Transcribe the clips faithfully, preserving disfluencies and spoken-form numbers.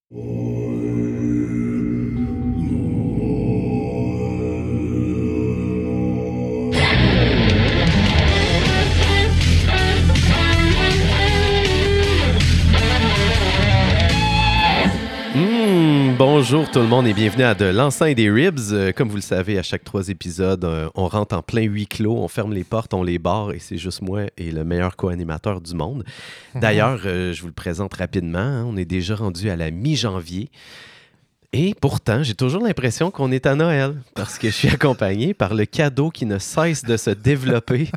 Bonjour tout le monde et bienvenue à De l'Enceinte des Ribs. Euh, comme vous le savez, à chaque trois épisodes, euh, on rentre en plein huis clos, on ferme les portes, on les barre et c'est juste moi et le meilleur co-animateur du monde. D'ailleurs, euh, je vous le présente rapidement, hein, on est déjà rendu à la mi-janvier. Et pourtant, j'ai toujours l'impression qu'on est à Noël parce que je suis accompagné par le cadeau qui ne cesse de se développer.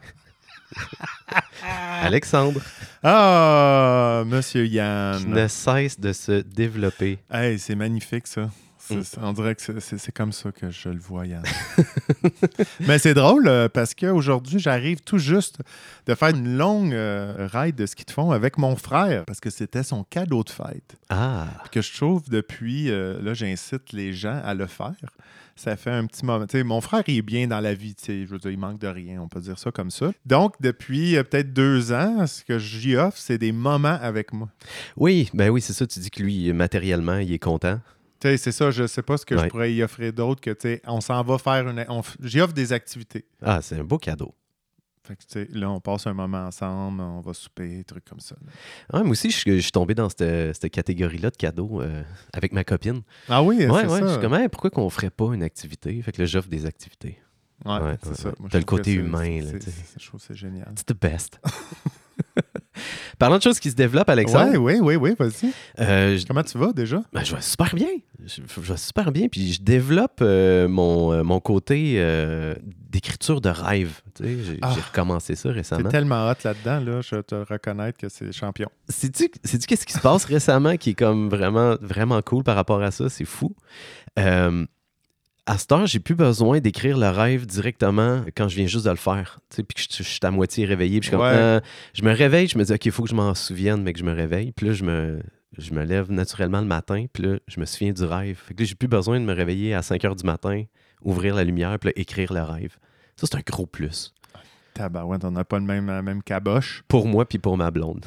Alexandre. Ah, Monsieur Yann. Qui ne cesse de se développer. Hey, c'est magnifique, ça. C'est, Mm. c'est, on dirait que c'est, c'est, c'est comme ça que je le vois, Yann. Mais c'est drôle euh, parce qu'aujourd'hui, j'arrive tout juste de faire une longue euh, ride de ski de fond avec mon frère parce que c'était son cadeau de fête. Ah. Que je trouve depuis, euh, là, j'incite les gens à le faire. Ça fait un petit moment. Tu sais, mon frère, il est bien dans la vie. Tu sais, je veux dire, il manque de rien. On peut dire ça comme ça. Donc, depuis euh, peut-être deux ans, ce que j'y offre, c'est des moments avec moi. Oui, ben oui, c'est ça. Tu dis que lui, matériellement, il est content. Tu sais, c'est ça. Je sais pas ce que Ouais. je pourrais y offrir d'autre que, tu sais, on s'en va faire une... On, j'y offre des activités. Ah, c'est un beau cadeau. Fait que, tu sais, là, on passe un moment ensemble, on va souper, des trucs comme ça. là. Ah, moi aussi, je, suis- je suis tombé dans cette, cette catégorie-là de cadeaux euh, avec ma copine. Ah oui, Ouais, c'est ouais. ça. Je suis comme, Hey, pourquoi qu'on ferait pas une activité? Fait que là, j'offre des activités. Ouais, Ouais, c'est ouais, ça. ouais. Moi, je T'as le trouve côté que c'est- humain, là, c'est- tu sais. c'est- Je trouve que c'est génial. It's the best. Parlant de choses qui se développent, Alexandre. Oui, oui, oui, oui, vas-y. euh, je, Comment tu vas déjà? ben, je vais super bien. Je, je vais super bien. Puis je développe euh, mon, euh, mon côté euh, d'écriture de rêve. Tu sais, j'ai, Ah. j'ai recommencé ça T'es récemment. tellement hot là-dedans, là, je te reconnaître que c'est champion. Sais-tu, sais-tu qu'est-ce qui se passe récemment qui est comme vraiment, vraiment cool par rapport à ça? C'est fou. Euh, à cette heure, j'ai plus besoin d'écrire le rêve directement quand je viens juste de le faire. Tu sais, puis que je, je suis à moitié réveillé. Puis je, suis comme, Ouais. euh, je me réveille, je me dis, OK, il faut que je m'en souvienne, mais que je me réveille. Puis là, je me, je me lève naturellement le matin. Puis là, je me souviens du rêve. Fait que là, j'ai plus besoin de me réveiller à cinq heures du matin, ouvrir la lumière, puis là, écrire le rêve. Ça, c'est un gros plus. Tabarouette, on n'a pas le même, la même caboche. Pour moi, puis pour ma blonde.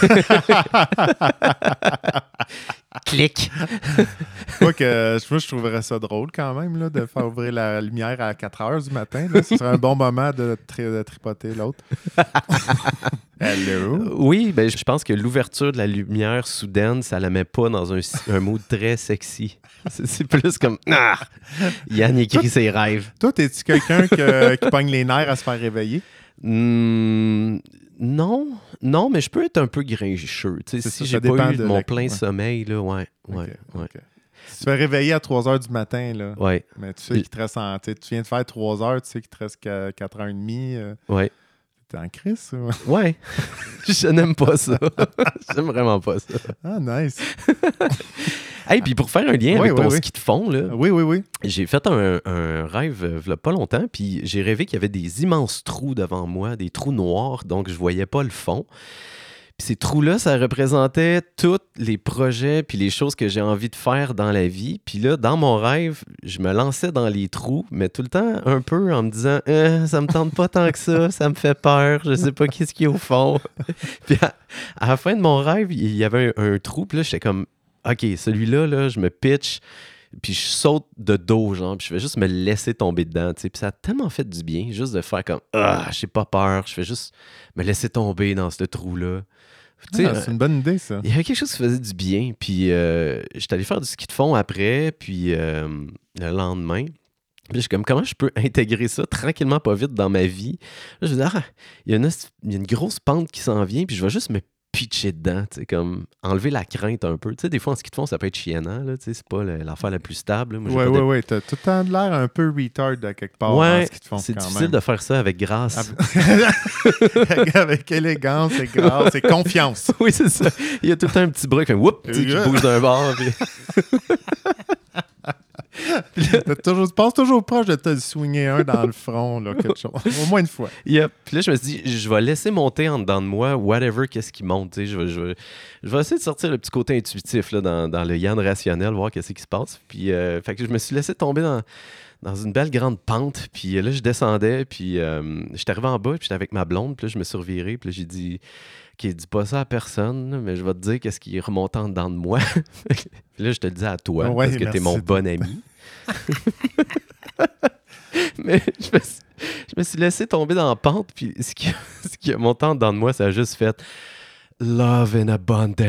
Clic. Moi, que, moi, je trouverais ça drôle quand même, là, de faire ouvrir la lumière à quatre heures du matin. Là. Ce serait un bon moment de, tri- de tripoter l'autre. Hello. Oui, ben, je pense que l'ouverture de la lumière soudaine, ça la met pas dans un, un mood très sexy. C'est, c'est plus comme ah! Yann écrit ses rêves. Toi, t'es-tu quelqu'un que- qui pogne les nerfs à se faire réveiller? Hmm, non, non, mais je peux être un peu grincheux. Tu sais, C'est si ça, j'ai ça pas dépend eu de mon la- plein ouais. sommeil, là, ouais, ouais, Ok, ouais, ok. Si tu te fais réveiller à trois heures du matin, là, ouais, mais tu sais qu'il te reste en, tu sais, tu viens de faire trois heures, tu sais qu'il te reste qu'à quatre heures trente, euh, ouais, t'es en crise, ou? ouais. Je n'aime pas ça. J'aime vraiment pas ça. Ah, nice. Hey, puis pour faire un lien Ouais, avec ouais, ton ouais. ski de fond, là, Oui, oui, oui. j'ai fait un, un rêve euh, v'là pas longtemps, puis j'ai rêvé qu'il y avait des immenses trous devant moi, des trous noirs, donc je voyais pas le fond. Puis ces trous-là, ça représentait tous les projets puis les choses que j'ai envie de faire dans la vie. Puis là, dans mon rêve, je me lançais dans les trous, mais tout le temps un peu en me disant euh, « ça me tente pas tant que ça, ça me fait peur, je sais pas qu'est-ce qu'il y a au fond. » Puis à, à la fin de mon rêve, il y avait un, un trou, puis là, j'étais comme « OK, celui-là, là, je me pitch. » Puis je saute de dos, genre, puis je vais juste me laisser tomber dedans, tu sais. Puis ça a tellement fait du bien, juste de faire comme « Ah, j'ai pas peur, je fais juste me laisser tomber dans ce trou-là. » Tu sais, Ah, c'est une bonne idée, ça. il y avait quelque chose qui faisait du bien. Puis euh, j'étais allé faire du ski de fond après, puis euh, le lendemain. Puis je suis comme, comment je peux intégrer ça tranquillement, pas vite dans ma vie? Là, je me dis, ah, il y, a une, il y a une grosse pente qui s'en vient, puis je vais juste me pitcher dedans, tu sais, comme enlever la crainte un peu. Tu sais, des fois, en ski de fond, ça peut être chiennant, là, tu sais, c'est pas le- l'affaire la plus stable. là. Moi, j'ai Ouais, pas ouais, de- ouais. T'as tout le temps de l'air un peu retard à quelque part dans Ouais, ce qu'ils te font c'est quand difficile même. de faire ça avec grâce. Avec, avec élégance et grâce et confiance. Oui, c'est ça. Il y a tout le temps un petit bruit qui fait whoop, tu sais, qui bouge d'un bord. Puis... T'as toujours, tu passes toujours proche de te swinger un dans le front, là, quelque chose. Au moins une fois. Yep. Puis là, je me suis dit, je vais laisser monter en dedans de moi, whatever, qu'est-ce qui monte. Je vais, je, vais, je vais essayer de sortir le petit côté intuitif là, dans, dans le Yann rationnel, voir qu'est-ce qui se passe. Puis, euh, fait que je me suis laissé tomber dans, dans une belle grande pente. Puis euh, là, je descendais. Puis, euh, j'étais arrivé en bas. Puis, j'étais avec ma blonde. Puis là, je me suis reviré. Puis là, j'ai dit, OK, dis pas ça à personne, mais je vais te dire qu'est-ce qui remonte en dedans de moi. Puis là, je te le dis à toi, ouais, parce que merci. t'es mon bon ami. Mais je me, suis, je me suis laissé tomber dans la pente, puis ce qui, ce qui a monté en dedans de moi, ça a juste fait « Love in abundance ».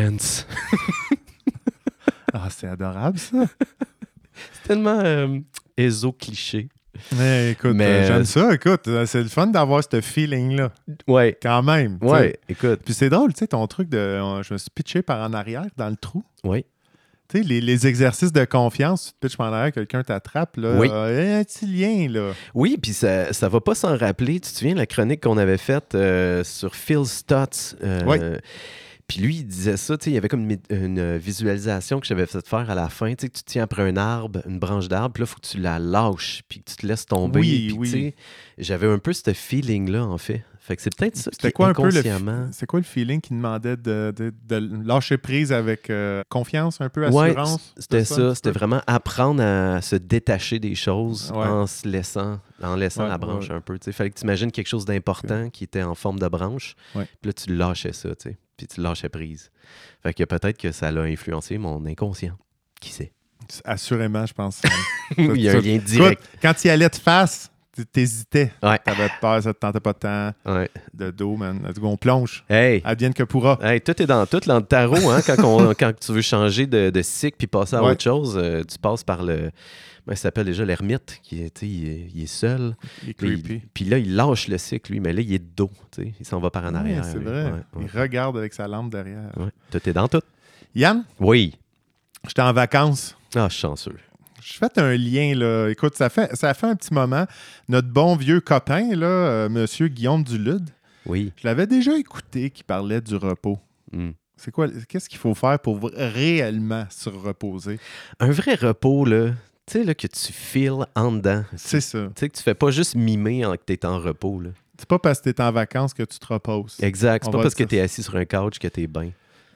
Ah, c'est adorable, ça. C'est tellement euh, éso-cliché. Mais écoute, Mais, euh, j'aime euh, ça. Écoute, euh, c'est le fun d'avoir ce feeling-là, Ouais, quand même. tu ouais, sais. écoute, Puis c'est drôle, tu sais, ton truc de... euh, je me suis pitché par en arrière, dans le trou. oui. Tu sais, les, les exercices de confiance, tu te pitches par en arrière, quelqu'un t'attrape, là. Oui. euh, y a un petit lien, là. Oui, puis ça, ça va pas s'en rappeler. Tu te souviens de la chronique qu'on avait faite euh, sur Phil Stutz? Euh, Oui. Puis lui, il disait ça, tu sais, il y avait comme une, une visualisation que j'avais fait faire à la fin, tu sais, que tu tiens après un arbre, une branche d'arbre, puis là, il faut que tu la lâches, puis que tu te laisses tomber. Oui, puis, oui. tu sais, j'avais un peu ce feeling-là, en fait. Fait que c'est peut-être ça qui C'était est quoi un peu le, inconsciemment. c'est quoi le feeling qui demandait de, de, de lâcher prise avec euh, confiance, un peu, Ouais, assurance? c'était c'est ça. un petit C'était peu? vraiment apprendre à se détacher des choses Ouais. en se laissant, en laissant Ouais, la branche ouais. un peu. Il fallait que tu imagines quelque chose d'important qui était en forme de branche. Ouais. Puis là, tu lâchais ça, tu sais. Puis tu lâchais prise. Fait que peut-être que ça l'a influencé mon inconscient. Qui sait? Assurément, je pense. Il y a un lien direct. Écoute, quand il allait te face, t- t'hésitais. Ouais. T'avais peur, ça te tentait pas de temps. Ouais. De dos, man. Let's go, on plonge. Hey! Advienne que pourra. Hey, tout est dans tout, dans le tarot, hein, quand, on- quand tu veux changer de, de cycle puis passer à Ouais. autre chose, euh, tu passes par le... Ben, ça s'appelle déjà l'ermite, qui est, tu sais, il, est- il est seul. Il est Puis, creepy. il- puis là, il lâche le cycle, lui, mais là, il est de dos, tu sais. Il s'en va par en Ouais, arrière. c'est lui. vrai. Ouais, ouais, Il regarde avec sa lampe derrière. ouais. Tout est dans tout. Yann, Oui. j'étais en vacances. Ah, chanceux. Je fais un lien, là. Écoute, ça fait, ça fait un petit moment. Notre bon vieux copain, là, euh, monsieur Guillaume Dulude, Oui. je l'avais déjà écouté qui parlait du repos. Hmm. C'est quoi, qu'est-ce qu'il faut faire pour réellement se reposer? Un vrai repos, là, tu sais, là, que tu files en dedans. C'est Tu ça. sais, que tu fais pas juste mimer en que t'es en repos, là. C'est pas parce que t'es en vacances que tu te reposes. Exact. C'est On pas va parce que dire t'es assis sur un couch que t'es bien.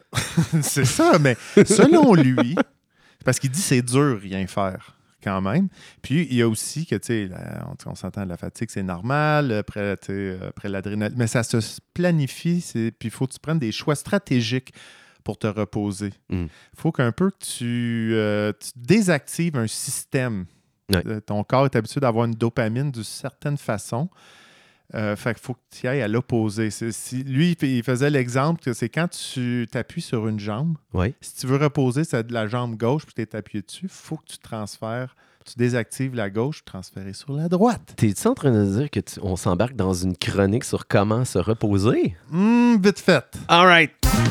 C'est ça, mais selon lui, parce qu'il dit que c'est dur rien faire quand même. Puis il y a aussi que, tu sais, la- on, on s'entend, la fatigue, c'est normal, après, tu sais, après l'adrénaline, mais ça se planifie, c'est- puis il faut que tu prennes des choix stratégiques pour te reposer. Il Mm. faut qu'un peu que tu, euh, tu désactives un système. Ouais. Euh, Ton corps est habitué d'avoir une dopamine d'une certaine façon. Euh, fait qu'il faut que tu ailles à l'opposé. C'est- si- lui, il faisait l'exemple que c'est quand tu t'appuies sur une jambe, Oui. si tu veux reposer c'est de la jambe gauche puis tu es appuyé dessus, il faut que tu transfères, tu désactives la gauche, transférer sur la droite. T'es-tu en train de dire qu'on s'embarque dans une chronique sur comment se reposer? Hum, vite fait. All right.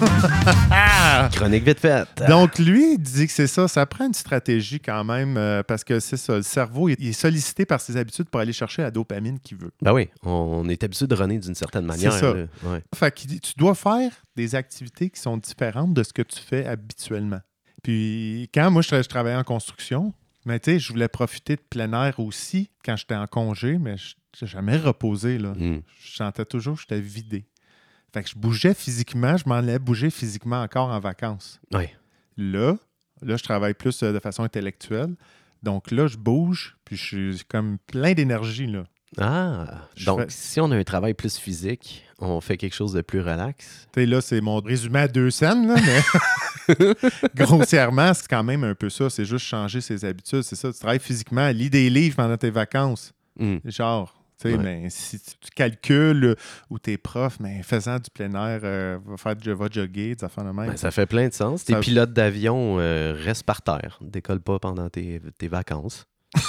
Chronique vite faite. Donc, lui, il dit que c'est ça. Ça prend une stratégie quand même euh, parce que c'est ça. Le cerveau, il est sollicité par ses habitudes pour aller chercher la dopamine qu'il veut. Ben oui, on est habitué de runner d'une certaine manière. C'est ça. là. Ouais. Fait qu'il dit, tu dois faire des activités qui sont différentes de ce que tu fais habituellement. Puis, quand moi, je, tra- je travaillais en construction, mais tu sais, je voulais profiter de plein air aussi quand j'étais en congé, mais je n'ai jamais reposé, là. Mm. Je sentais toujours que j'étais vidé. Fait que je bougeais physiquement, je m'en allais bouger physiquement encore en vacances. Ouais. Là, là, je travaille plus euh, de façon intellectuelle. Donc là, je bouge, puis je suis comme plein d'énergie, là. Ah, Je donc fais- si on a un travail plus physique, on fait quelque chose de plus relax. Tu sais, là, c'est mon résumé à deux scènes, là, mais grossièrement, c'est quand même un peu ça. C'est juste changer ses habitudes. C'est ça, tu travailles physiquement, lis des livres pendant tes vacances. Mm. Genre, tu sais, Ouais. mais si tu tu calcules euh, ou t'es prof, mais faisant du plein air, euh, va faire du va jogger, des affaires de même. Ben, ça fait plein de sens. Tes Ça- pilotes d'avion euh, restent par terre. Décolle pas pendant tes, tes vacances.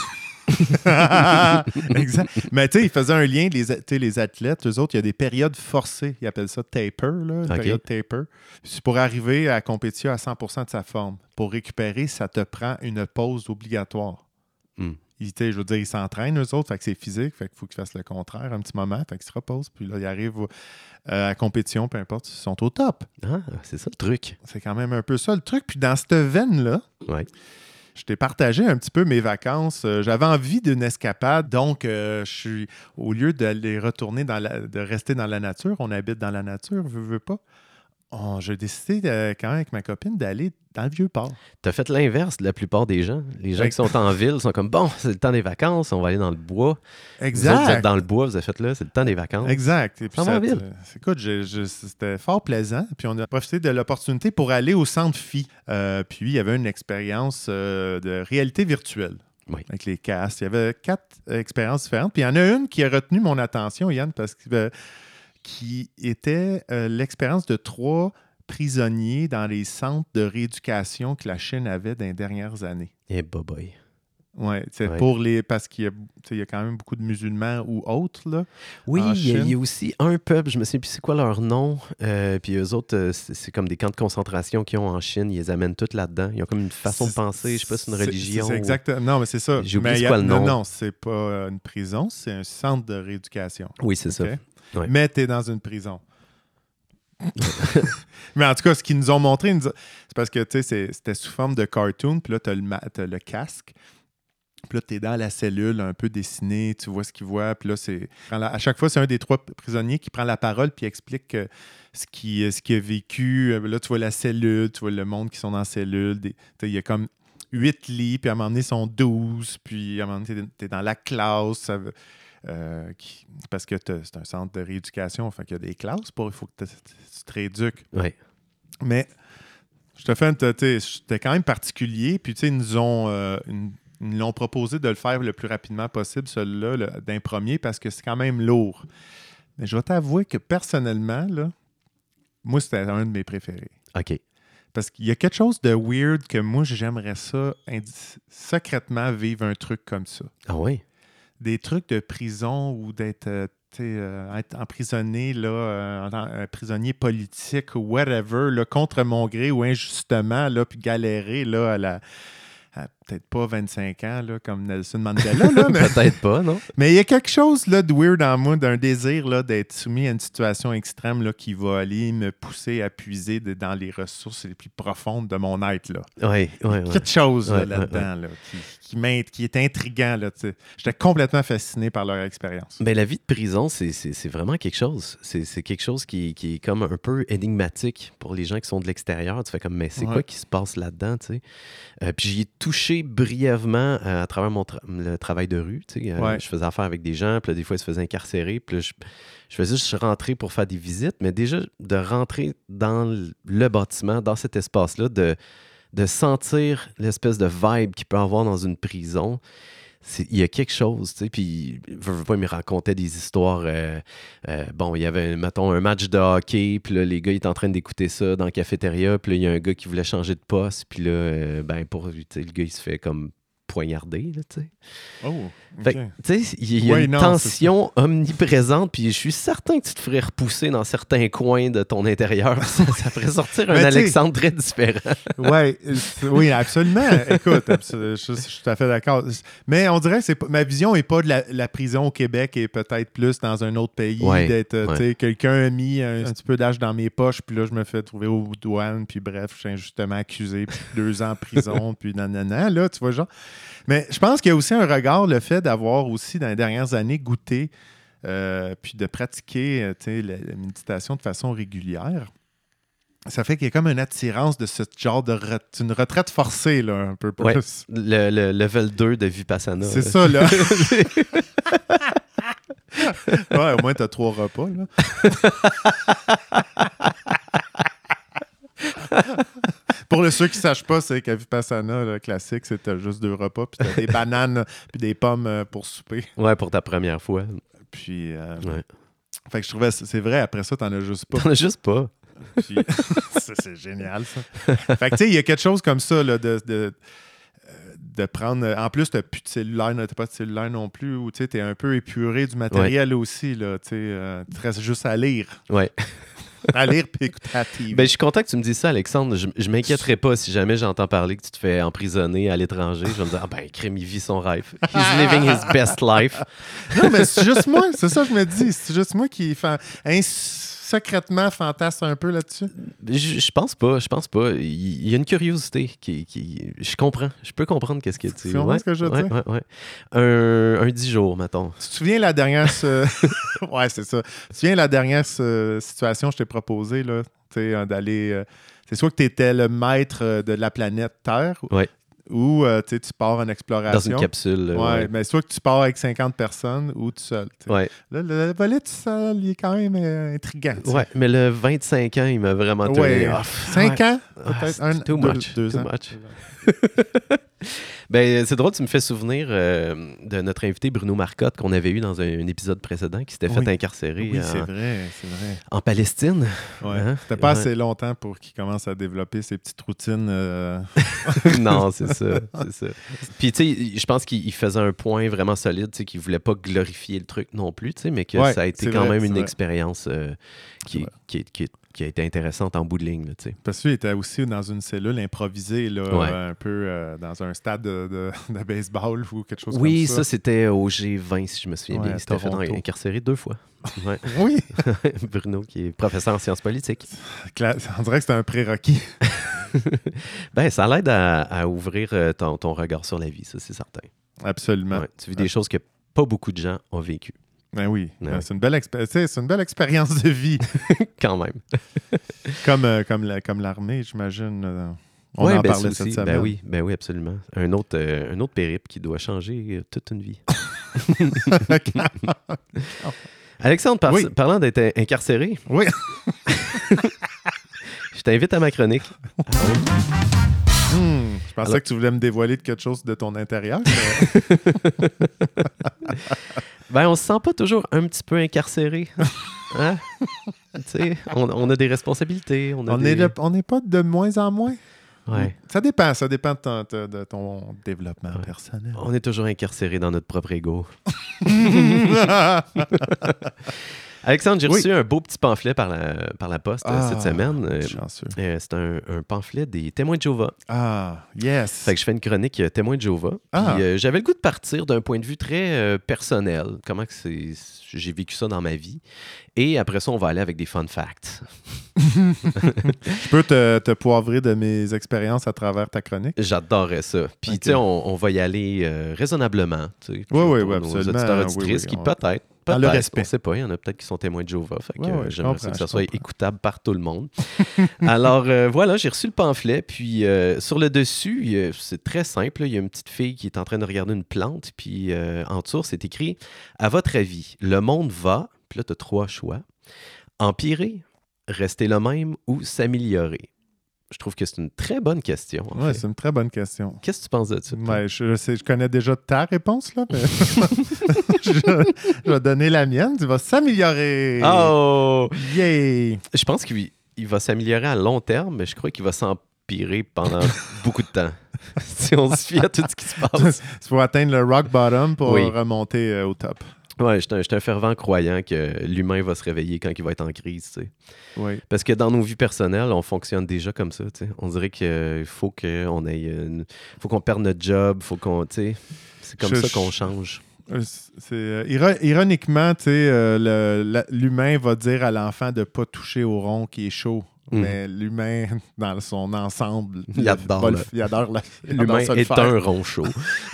Exact. Mais tu sais, il faisait un lien, les, a- tu sais, les athlètes, eux autres, il y a des périodes forcées. Ils appellent ça taper, là, une OK. période taper. C'est pour arriver à la compétition à cent pour cent de sa forme. Pour récupérer, ça te prend une pause obligatoire. Mm. Ils, tu sais, je veux dire, ils s'entraînent, eux autres, fait que c'est physique, fait qu'il faut qu'ils fassent le contraire un petit moment, fait qu'ils se reposent, puis là, ils arrivent au- euh, à la compétition, peu importe, ils sont au top. Ah, c'est ça le truc. C'est quand même un peu ça le truc. Puis dans cette veine-là, Ouais. je t'ai partagé un petit peu mes vacances. Euh, j'avais envie d'une escapade, donc euh, je suis, au lieu d'aller retourner dans la, de rester dans la nature, on habite dans la nature, veux, veux pas. Oh, j'ai décidé, de, quand même, avec ma copine, d'aller dans le Vieux-Port. T'as fait l'inverse de la plupart des gens. Les gens Oui. qui sont en ville sont comme, bon, c'est le temps des vacances, on va aller dans le bois. Exact. Vous autres, vous êtes dans le bois, vous avez fait là, c'est le temps des vacances. Exact. Et puis Ça va en ville. t- Écoute, je- je- c'était fort plaisant. Puis on a profité de l'opportunité pour aller au Centre Phi. Euh, puis il y avait une expérience euh, de réalité virtuelle. Oui. Avec les casques. Il y avait quatre euh, expériences différentes. Puis il y en a une qui a retenu mon attention, Yann, parce que euh, qui était euh, l'expérience de trois prisonniers dans les centres de rééducation que la Chine avait dans les dernières années. Eh, boy. Oui, c'est Ouais. pour les. Parce qu'il y a, tu sais, il y a quand même beaucoup de musulmans ou autres, là. Oui, En il y, a- il y Chine. a aussi un peuple, je me sais plus c'est quoi leur nom, euh, puis eux autres, euh, c'est, c'est comme des camps de concentration qu'ils ont en Chine, ils les amènent toutes là-dedans. Ils ont comme une façon de C'est- penser, je sais pas si c'est une c'est- religion. C'est ou- exactement. Non, mais c'est ça. J'ai oublié Mais c'est il y a- quoi le nom. Non, non, c'est pas euh, une prison, c'est un centre de rééducation. Oui, c'est ça. OK? Ouais. Mais tu es dans une prison. Mais en tout cas, ce qu'ils nous ont montré, ils nous ont- c'est parce que tu sais, c'est- c'était sous forme de cartoon, puis là, tu as le, ma- t'as le casque. Puis là, tu es dans la cellule, un peu dessinée, tu vois ce qu'il voit. Puis là, c'est. À chaque fois, c'est un des trois prisonniers qui prend la parole puis explique euh, ce qu'il ce qu'il a vécu. Euh, Là, tu vois la cellule, tu vois le monde qui sont dans la cellule. Des- tu sais, il y a comme huit lits, puis à un moment donné, ils sont douze. Puis à un moment donné, tu es dans la classe. ça veut- euh, qui- parce que t'as- c'est un centre de rééducation, fait qu'il y a des classes pour. Il faut que t'as- tu te rééduques. Ouais. Mais je te fais un. tu sais, C'était quand même particulier. Puis, tu sais, ils nous ont. euh, une- ils nous l'ont proposé de le faire le plus rapidement possible, celui-là, le- d'un premier, parce que c'est quand même lourd. Mais je vais t'avouer que personnellement, là, moi, c'était un de mes préférés. OK. Parce qu'il y a quelque chose de weird que moi, j'aimerais ça, indi- secrètement, vivre un truc comme ça. Ah oui? Des trucs de prison ou d'être euh, tu sais, euh, être emprisonné, là, euh, en tant- un prisonnier politique ou whatever, là, contre mon gré ou injustement, là, puis galérer là, à la. à peut-être pas vingt-cinq ans, là, comme Nelson Mandela, là, mais Peut-être pas, non? mais il y a quelque chose là, de weird en moi, d'un désir là, d'être soumis à une situation extrême là, qui va aller me pousser à puiser de- dans les ressources les plus profondes de mon être. Là. Oui, oui, oui. Quelque chose là, Ouais, là-dedans là, qui, qui, m'int- qui est intriguant. Là, tu sais. J'étais complètement fasciné par leur expérience. Ben, la vie de prison, c'est, c'est, c'est vraiment quelque chose. C'est, c'est quelque chose qui, qui est comme un peu énigmatique pour les gens qui sont de l'extérieur. Tu fais comme, mais c'est Ouais. quoi qui se passe là-dedans, tu sais? Euh, puis j'y ai touché brièvement euh, à travers mon tra- le travail de rue, tu sais. Euh, Ouais. Je faisais affaire avec des gens, puis là, des fois, ils se faisaient incarcérer, puis là, je, je faisais juste rentrer pour faire des visites, mais déjà, de rentrer dans le- le bâtiment, dans cet espace-là, de, de sentir l'espèce de vibe qu'il peut avoir dans une prison, c'est- il y a quelque chose, tu sais, puis veux, veux pas, il me racontait des histoires, euh, euh, bon, il y avait, mettons, un match de hockey, puis là, les gars, ils étaient en train d'écouter ça dans la cafétéria, puis là, il y a un gars qui voulait changer de poste, puis là, euh, ben, pour, tu sais, le gars, il se fait comme poignarder, là, tu sais. Oh, Fait que, tu sais, il y a Ouais, une non, tension omniprésente, puis je suis certain que tu te ferais repousser dans certains coins de ton intérieur. Ça, ça ferait sortir un Mais tu sais- Alexandre très différent. Ouais, euh, c'est- oui, absolument. Écoute, abso- je, je suis tout à fait d'accord. Mais on dirait que c'est pas- ma vision n'est pas de la, la prison au Québec et peut-être plus dans un autre pays, Ouais, d'être, euh, ouais. tu sais, quelqu'un a mis un, un petit peu d'âge dans mes poches, puis là, je me fais trouver aux douanes, puis bref, je suis injustement accusé, puis deux ans en prison, puis nanana, là, tu vois, genre. Mais je pense qu'il y a aussi un regard, le fait d'avoir aussi, dans les dernières années, goûté, euh, puis de pratiquer, euh, tu sais, la, la méditation de façon régulière. Ça fait qu'il y a comme une attirance de ce genre de re- une retraite forcée, là, un peu plus. Ouais. Le, le level deux de Vipassana. C'est là. ça, là. Ouais, au moins, t'as trois repas, là. Pour le ceux qui ne sachent pas, c'est qu'à Vipassana, le classique, c'est t'as juste deux repas, puis t'as des bananes, puis des pommes euh, pour souper. Ouais, pour ta première fois. Puis, euh, Ouais. fait que je trouvais, c'est vrai, après ça, t'en as juste pas. T'en as juste pas. Puis, c'est, c'est génial, ça. Fait que, tu sais, il y a quelque chose comme ça, là, de, de, euh, de prendre... En plus, t'as plus de cellulaire, t'as pas de cellulaire non plus, ou tu sais, t'es un peu épuré du matériel aussi, là, tu sais. Euh, il te reste juste à lire. Ouais. À lire puis écouter la T V. Ben, je suis content que tu me dises ça, Alexandre. Je, je m'inquiéterais pas si jamais j'entends parler que tu te fais emprisonner à l'étranger. Je vais me dire, ah ben, crème, il vit son rêve. He's living his best life. Non, mais c'est juste moi, c'est ça que je me dis. C'est juste moi qui fait. Hein, secrètement fantasmes un peu là-dessus? Je, je pense pas, je pense pas. Il, il y a une curiosité qui, qui... Je comprends. Je peux comprendre qu'est-ce que tu... Tu comprends ouais, ce que je veux ouais, dire? Ouais, ouais. Un, un dix jours, mettons. Tu te souviens la dernière... ce- ouais, c'est ça. Tu te souviens la dernière ce- situation que je t'ai proposée, là? Tu sais, d'aller... euh, C'est soit que tu étais le maître euh, de la planète Terre, Ouais. ou euh, tu sais, tu pars en Dans exploration. une capsule. euh, Ouais, ouais. mais soit que tu pars avec cinquante personnes ou tout seul. tu sais. Ouais. Là, le, le volet tout seul, il est quand même euh, intriguant. tu sais. Ouais, mais le vingt-cinq ans, il m'a vraiment tourné. Ouais. Ah, pff, Cinq ouais. ans? Ah, Peut-être c'est un, too deux, much, deux too ans. much. Ben, c'est drôle, tu me fais souvenir euh, de notre invité Bruno Marcotte qu'on avait eu dans un, un épisode précédent qui s'était Oui. fait incarcérer Oui, en, c'est vrai, c'est vrai. en Palestine. Ouais. Hein? C'était pas Ouais. assez longtemps pour qu'il commence à développer ses petites routines. euh, Non, c'est ça, c'est ça. Puis, tu sais, je pense qu'il il faisait un point vraiment solide, tu sais, qu'il voulait pas glorifier le truc non plus, tu sais, mais que Ouais, ça a été c'est quand vrai, même c'est une vrai. expérience euh, qui, C'est vrai. qui, qui, qui a été intéressante en bout de ligne, là, tu sais. Parce qu'il était aussi dans une cellule improvisée, là, Ouais. un peu euh, dans un stade de, de- de baseball ou quelque chose Oui, comme ça, ça. c'était au G vingt, si je me souviens Ouais, bien. à C'était fait Toronto. incarcéré deux fois. Ouais. Oui, Bruno, qui est professeur en sciences politiques. Cla- on dirait que c'était un prérequis. Ben, ça l'aide à, à ouvrir euh, ton, ton regard sur la vie, ça, c'est certain. Absolument. Ouais, tu vis des choses que pas beaucoup de gens ont vécues, Ben oui, Ouais. Ben, c'est une belle expé- tu sais, c'est une belle expérience de vie, quand même. comme, euh, comme, la- comme l'armée, j'imagine. euh, On Ouais, en ben, parlait ça cette aussi. semaine. Ben oui, ben oui, absolument. Un autre, euh, un autre périple qui doit changer euh, toute une vie. Alexandre, par- Oui. parlant d'être incarcéré, Oui. je t'invite à ma chronique. Hmm, je pensais Alors- que tu voulais me dévoiler de quelque chose de ton intérieur. mais- Ben, on se sent pas toujours un petit peu incarcéré. Hein? Tu sais, on, on a des responsabilités. On a on des... est de- on n'est pas de moins en moins. Ouais. Ça dépend, ça dépend de ton, de- de ton développement Ouais. personnel. On est toujours incarcéré dans notre propre ego. Alexandre, j'ai Oui. reçu un beau petit pamphlet par la, par la poste euh, Ah, cette semaine. Euh, chanceux. euh, c'est un, un pamphlet des témoins de Jéhovah. Ah, yes. Fait que je fais une chronique euh, témoins de Jéhovah. Puis Ah. euh, j'avais le goût de partir d'un point de vue très euh, personnel. Comment que c'est, j'ai vécu ça dans ma vie. Et après ça, on va aller avec des fun facts. Je peux te, te poivrer de mes expériences à travers ta chronique? J'adorerais ça. Puis, Ok. tu sais, on, on va y aller euh, raisonnablement. tu sais, Oui, oui, pour oui, nos absolument. auditeurs Oui, auditrices oui, qui on- peut-être, Dans le peut-être, respect. on ne sait pas, il y en a peut-être qui sont témoins de Jéhovah. Fait que, Ouais, ouais, euh, je j'aimerais comprends, ça que ça je soit comprends. écoutable par tout le monde. Alors, euh, voilà, j'ai reçu le pamphlet. Puis, euh, sur le dessus, il y a- c'est très simple. là, Il y a une petite fille qui est en train de regarder une plante. Puis, euh, en dessous, c'est écrit « À votre avis, le monde va... » Puis là, tu as trois choix. « Empirer, rester le même ou s'améliorer? » Je trouve que c'est une très bonne question. en Oui, fait. c'est une très bonne question. Qu'est-ce que tu penses de ça? toi? Ouais, je, je sais, je connais déjà ta réponse, là. mais je, je vais donner la mienne. Tu vas s'améliorer. Oh! Yay! Je pense qu'il il va s'améliorer à long terme, mais je crois qu'il va s'empirer pendant beaucoup de temps. Si on se fie à tout ce qui se passe. Il faut atteindre le rock bottom pour Oui. remonter euh, au top. Ouais, je suis un, je suis un fervent croyant que l'humain va se réveiller quand il va être en crise, tu sais. Oui. Parce que dans nos vies personnelles, on fonctionne déjà comme ça, tu sais. On dirait qu'il faut qu'on ait une- faut qu'on perde notre job, faut qu'on, tu sais, c'est comme Je- ça qu'on je- change. Euh, C'est, euh, iro- ironiquement, tu sais, euh, le- la- l'humain va dire à l'enfant de ne pas toucher au rond qui est chaud. Mhm. Mais l'humain, dans son ensemble, Il le- adore va le- le- il adore la- il adore L'humain ça le est faire. un rond chaud.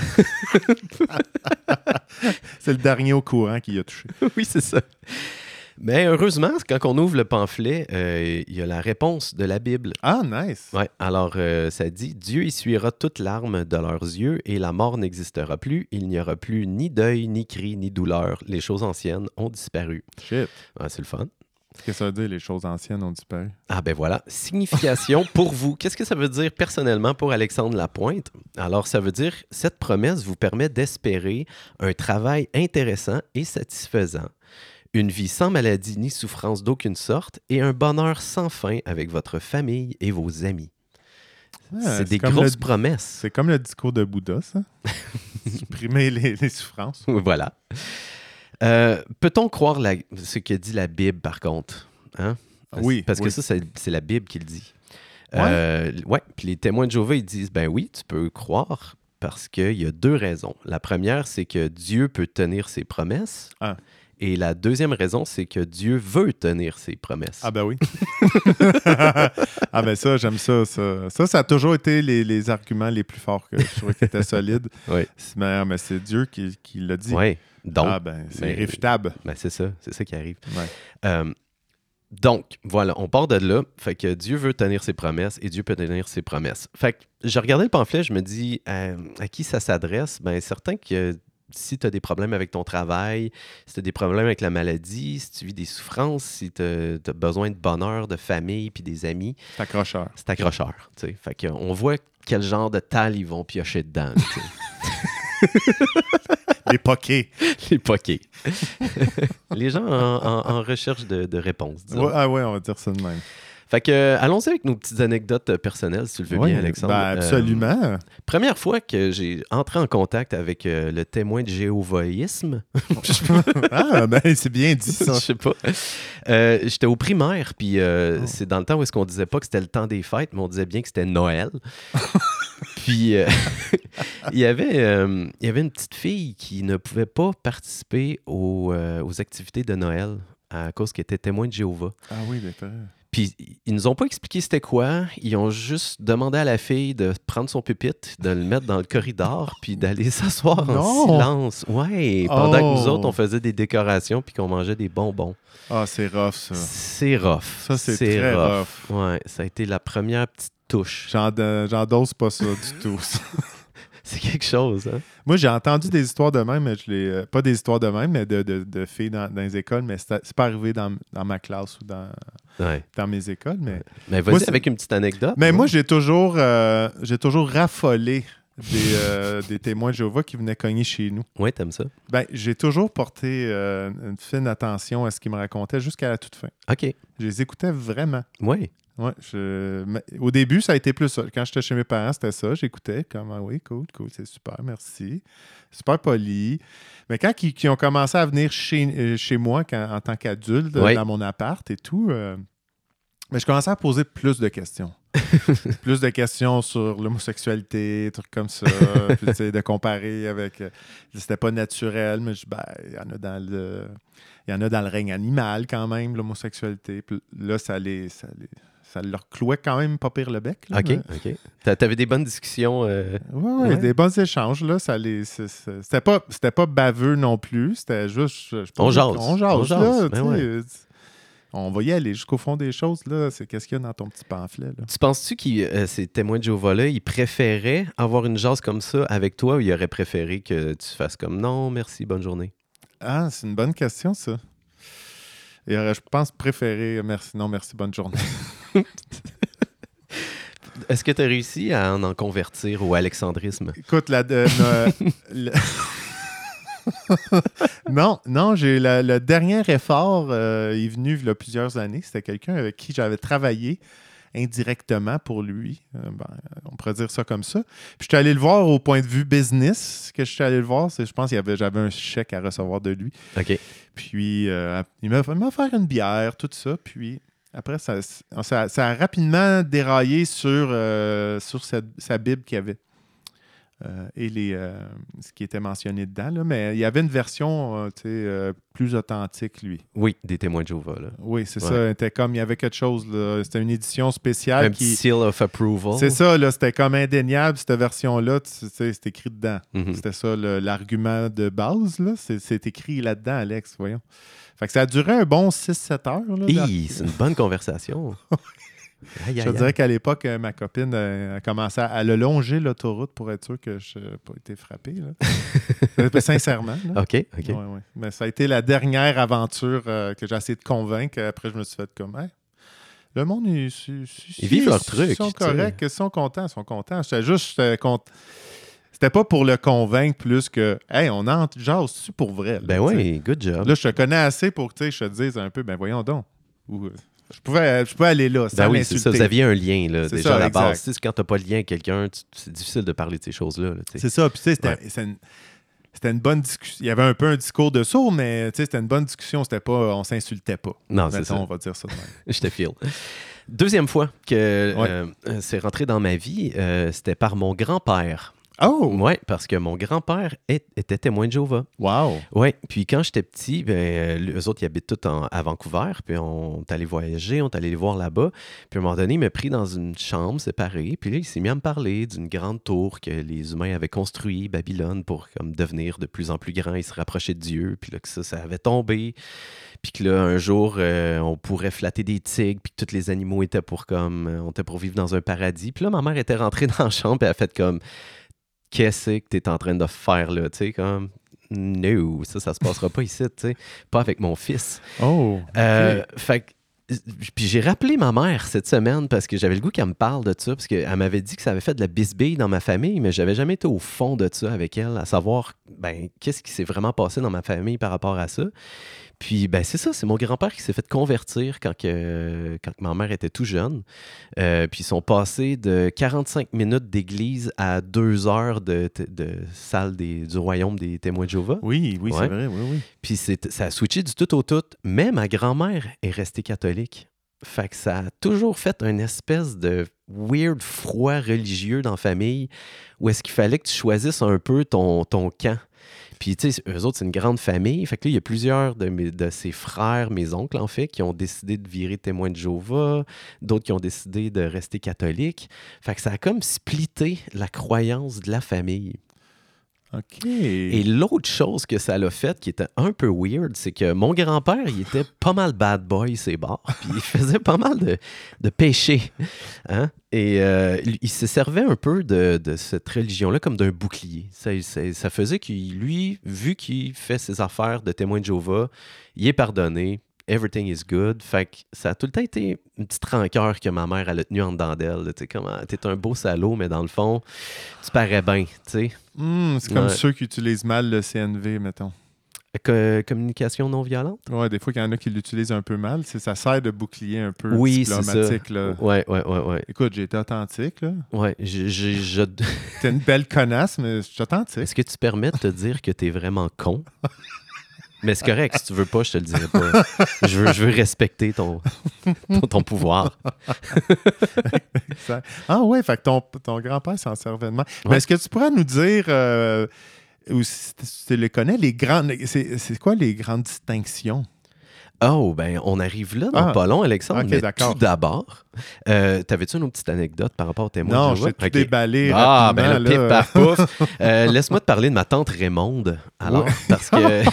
C'est le dernier au courant qui a touché. Oui, c'est ça. Mais heureusement, quand on ouvre le pamphlet, euh, il y a la réponse de la Bible. Ah, nice! Ouais, alors euh, ça dit « Dieu essuiera toute larme de leurs yeux et la mort n'existera plus. Il n'y aura plus ni deuil, ni cri, ni douleur. Les choses anciennes ont disparu. Shit! » Ouais, c'est le fun. Qu'est-ce que ça veut dire, les choses anciennes ont disparu? Ah ben voilà, signification pour vous. Qu'est-ce que ça veut dire personnellement pour Alexandre Lapointe? Alors ça veut dire, cette promesse vous permet d'espérer un travail intéressant et satisfaisant, une vie sans maladie ni souffrance d'aucune sorte et un bonheur sans fin avec votre famille et vos amis. Ah, c'est des comme grosses le- promesses. C'est comme le discours de Bouddha, ça. Supprimer les, les souffrances. Voilà. Euh, peut-on croire la- ce que dit la Bible, par contre? Hein? Parce, Oui, Parce que oui. ça, c'est, c'est la Bible qui le dit. Euh, ouais. Puis les témoins de Jéhovah, ils disent, ben oui, tu peux croire parce qu'il y a deux raisons. La première, c'est que Dieu peut tenir ses promesses. Ah. Et la deuxième raison, c'est que Dieu veut tenir ses promesses. Ah ben oui. Ah ben ça, j'aime ça, ça. Ça, ça a toujours été les, les arguments les plus forts que je trouvais qui étaient solides. Oui. Mais, mais c'est Dieu qui, qui l'a dit. Oui. Donc, ah ben, c'est ben, irréfutable. Ben c'est ça, c'est ça qui arrive. Ouais. Euh, donc, voilà, on part de là. Fait que Dieu veut tenir ses promesses et Dieu peut tenir ses promesses. Fait que je regardais le pamphlet, je me dis, euh, à qui ça s'adresse? Ben, certain que si tu as des problèmes avec ton travail, si tu as des problèmes avec la maladie, si tu vis des souffrances, si tu as besoin de bonheur, de famille puis des amis. C'est accrocheur. C'est accrocheur, tu sais. Fait qu'on voit quel genre de tal ils vont piocher dedans, tu sais. Les pokés. Les pokés. Les gens en, en, en recherche de, de réponses, disons. Ouais, ah ouais, on va dire ça de même. Fait que, euh, allons-y avec nos petites anecdotes personnelles, si tu le veux Oui, bien, Alexandre. Ben absolument. Euh, première fois que j'ai entré en contact avec euh, le témoin de jéhovaïsme. Ah, ben c'est bien dit, ça. Je sais pas. Euh, j'étais au primaire, puis euh, oh. c'est dans le temps où est-ce qu'on disait pas que c'était le temps des fêtes, mais on disait bien que c'était Noël. Puis, euh, il, y avait, euh, il y avait une petite fille qui ne pouvait pas participer aux, euh, aux activités de Noël à cause qu'elle était témoin de Jéhovah. Ah oui, d'accord. Puis, ils nous ont pas expliqué c'était quoi. Ils ont juste demandé à la fille de prendre son pupitre, de le mettre dans le corridor, puis d'aller s'asseoir en non. silence. Ouais, pendant oh. que nous autres, on faisait des décorations puis qu'on mangeait des bonbons. Ah, c'est rough, ça. C'est rough. Ça, c'est, c'est très rough. rough. Ouais, ça a été la première petite touche. J'en, j'endose pas ça du tout. C'est quelque chose, hein? Moi, j'ai entendu des histoires de même, mais je l'ai, euh, pas des histoires de même, mais de, de, de filles dans, dans les écoles, mais c'est, c'est pas arrivé dans, dans ma classe ou dans, ouais. dans mes écoles. Mais, mais vas-y moi, avec une petite anecdote. Mais ouais. moi, j'ai toujours, euh, j'ai toujours raffolé des, euh, des témoins de Jéhovah qui venaient cogner chez nous. Oui, t'aimes ça? Ben, j'ai toujours porté euh, une fine attention à ce qu'ils me racontaient jusqu'à la toute fin. OK. Je les écoutais vraiment. Oui. Ouais, je... Au début, ça a été plus ça. Quand j'étais chez mes parents, c'était ça. J'écoutais comme, ah oui, cool, cool, c'est super, merci. Super poli. Mais quand ils, ils ont commencé à venir chez, euh, chez moi quand, en tant qu'adulte, oui. dans mon appart et tout, euh, mais je commençais à poser plus de questions. plus de questions sur l'homosexualité, trucs comme ça. Puis, de comparer avec... Euh, c'était pas naturel, mais je, ben, il y en a dans le... Il y en a dans le règne animal quand même, l'homosexualité. Puis là, ça les... Ça les Ça leur clouait quand même pas pire le bec. Là, OK, mais... OK. T'avais des bonnes discussions. Euh... Oui, ouais, ouais. des bons échanges. Là, ça les... c'est, c'est... C'était, pas, c'était pas baveux non plus. C'était juste... Je on jase. On jase, on jase là. Ben ouais. On va y aller jusqu'au fond des choses. Là. C'est qu'est-ce qu'il y a dans ton petit pamphlet. Là. Tu penses-tu que euh, ces témoins de Jéhovah-là, ils préféraient avoir une jase comme ça avec toi ou ils auraient préféré que tu fasses comme « Non, merci, bonne journée ». Ah, c'est une bonne question, ça. Et euh, je pense préférer merci, non, merci, bonne journée. Est-ce que tu as réussi à en, en convertir au alexandrisme? Écoute, la... De, no, le... non, non, j'ai la, le dernier effort euh, est venu il y a plusieurs années. C'était quelqu'un avec qui j'avais travaillé indirectement pour lui. Euh, ben, on pourrait dire ça comme ça. Puis je suis allé le voir au point de vue business, que je suis allé le voir. C'est, je pense qu'il y avait, j'avais un chèque à recevoir de lui. OK. Puis euh, il, m'a, il m'a offert une bière, tout ça. Puis après, ça, ça, ça a rapidement déraillé sur, euh, sur sa, sa Bible qu'il y avait. Euh, et les, euh, ce qui était mentionné dedans. Là. Mais il y avait une version euh, euh, plus authentique, lui. Oui, des témoins de Jéhovah. Là. Oui, c'est ouais. ça. C'était comme, il y avait quelque chose. Là. C'était une édition spéciale. Un qui... petit seal of approval. C'est ça, là, c'était comme indéniable, cette version-là. Tu sais, c'est écrit dedans. Mm-hmm. C'était ça, le, l'argument de base. Là. C'est, c'est écrit là-dedans, Alex, voyons. Fait que ça a duré un bon six sept heures. Là, Hi, c'est une bonne conversation. Aïe, aïe, je te dirais qu'à l'époque, euh, ma copine euh, a commencé à, à le longer l'autoroute pour être sûr que je n'ai pas été frappé. Là. Sincèrement. Là. OK, OK. Ouais, ouais. Mais ça a été la dernière aventure euh, que j'ai essayé de convaincre. Après, je me suis fait comme... Hey, le monde, ils, ils, ils vivent leur truc. Ils sont corrects, ils sont contents, ils sont contents. J'étais juste... J'étais cont... C'était pas pour le convaincre plus que « Hey, on en jase-tu pour vrai? » Ben oui, good job. Là, je te connais assez pour que je te dise un peu « Ben voyons donc. » Ou... Je pouvais, je pouvais aller là, sans ben oui, l'insulter. C'est ça, vous aviez un lien, là, c'est déjà ça, à la exact. base. Tu sais, quand tu n'as pas de lien avec quelqu'un, tu, c'est difficile de parler de ces choses-là. Là, c'est ça, puis tu sais, c'était, ouais. c'était, une, c'était une bonne discussion. Il y avait un peu un discours de sourd, mais tu sais, c'était une bonne discussion. C'était pas, on s'insultait pas. Non, Mettons, c'est ça. On va dire ça de même. Je te file. Deuxième fois que ouais. euh, c'est rentré dans ma vie, euh, c'était par mon grand-père. Oh! Oui, parce que mon grand-père est- était témoin de Jéhovah. Wow! Oui, puis quand j'étais petit, ben, euh, eux autres, ils habitent tous en- à Vancouver, puis on est allé voyager, on est allé les voir là-bas. Puis à un moment donné, il m'a pris dans une chambre séparée, puis là, il s'est mis à me parler d'une grande tour que les humains avaient construite, Babylone, pour comme, devenir de plus en plus grand et se rapprocher de Dieu, puis là, que ça, ça avait tombé, puis que là, un jour, euh, on pourrait flatter des tigres, puis que tous les animaux étaient pour comme, euh, on était pour vivre dans un paradis. Puis là, ma mère était rentrée dans la chambre, et elle a fait comme... Qu'est-ce que tu es en train de faire là, tu sais, comme, no, ça, ça se passera pas ici, tu sais, pas avec mon fils. Oh! Euh, ok. fait que, puis j'ai rappelé ma mère cette semaine parce que j'avais le goût qu'elle me parle de ça, parce qu'elle m'avait dit que ça avait fait de la bisbille dans ma famille, mais j'avais jamais été au fond de ça avec elle, à savoir, ben, qu'est-ce qui s'est vraiment passé dans ma famille par rapport à ça. Puis, ben, c'est ça, c'est mon grand-père qui s'est fait convertir quand, que, quand que ma mère était tout jeune. Euh, puis, ils sont passés de quarante-cinq minutes d'église à deux heures de, de salle des, du royaume des témoins de Jéhovah. Oui, oui, Ouais. c'est vrai, oui, oui. Puis, c'est, ça a switché du tout au tout. Mais ma grand-mère est restée catholique. Fait que ça a toujours fait une espèce de weird froid religieux dans la famille où est-ce qu'il fallait que tu choisisses un peu ton, ton camp. Puis, tu sais, eux autres, c'est une grande famille. Fait que là, il y a plusieurs de, mes, de ses frères, mes oncles, en fait, qui ont décidé de virer témoins de Jéhovah, d'autres qui ont décidé de rester catholiques. Fait que ça a comme splitté la croyance de la famille. OK. Et l'autre chose que ça l'a fait, qui était un peu weird, c'est que mon grand-père, il était pas mal bad boy, ses bars, puis il faisait pas mal de, de péchés. Hein? Et euh, il, il se servait un peu de, de cette religion-là comme d'un bouclier. Ça, ça, ça faisait qu'il, lui, vu qu'il fait ses affaires de témoin de Jéhovah, il est pardonné. Everything is good. Fait que ça a tout le temps été une petite rancœur que ma mère elle a tenue en dedans d'elle. Tu sais, comment t'es un beau salaud, mais dans le fond, tu parais bien, tu sais. Hmm, c'est comme Ouais. ceux qui utilisent mal le C N V, mettons. Que- communication non violente? Ouais, des fois, il y en a qui l'utilisent un peu mal. C'est, ça sert de bouclier un peu Oui, c'est ça. diplomatique. Là. Ouais, ouais, ouais, ouais. Écoute, j'ai été authentique. Là. Ouais, je, je- je- T'es une belle connasse, mais je suis authentique. Est-ce que tu permets de te dire que t'es vraiment con? Mais c'est correct, si tu veux pas, je te le dirai pas. Je veux, je veux respecter ton, ton, ton pouvoir. Exact. Ah ouais, fait que ton, ton grand-père s'en servait de même. Mais Ouais. est-ce que tu pourrais nous dire, euh, ou si tu tu les connais, les grandes. C'est, c'est quoi les grandes distinctions? Oh, ben, on arrive là dans Ah. pas long, Alexandre. Ok, mais d'accord. tout d'abord, euh, t'avais-tu une autre petite anecdote par rapport au témoin Non, de je Jéhovah? t'ai tout Ok. déballé Ah, ben rapidement. le pif, là. paf, pouf. Euh, laisse-moi te parler de ma tante Raymonde, alors, Ouais. parce que...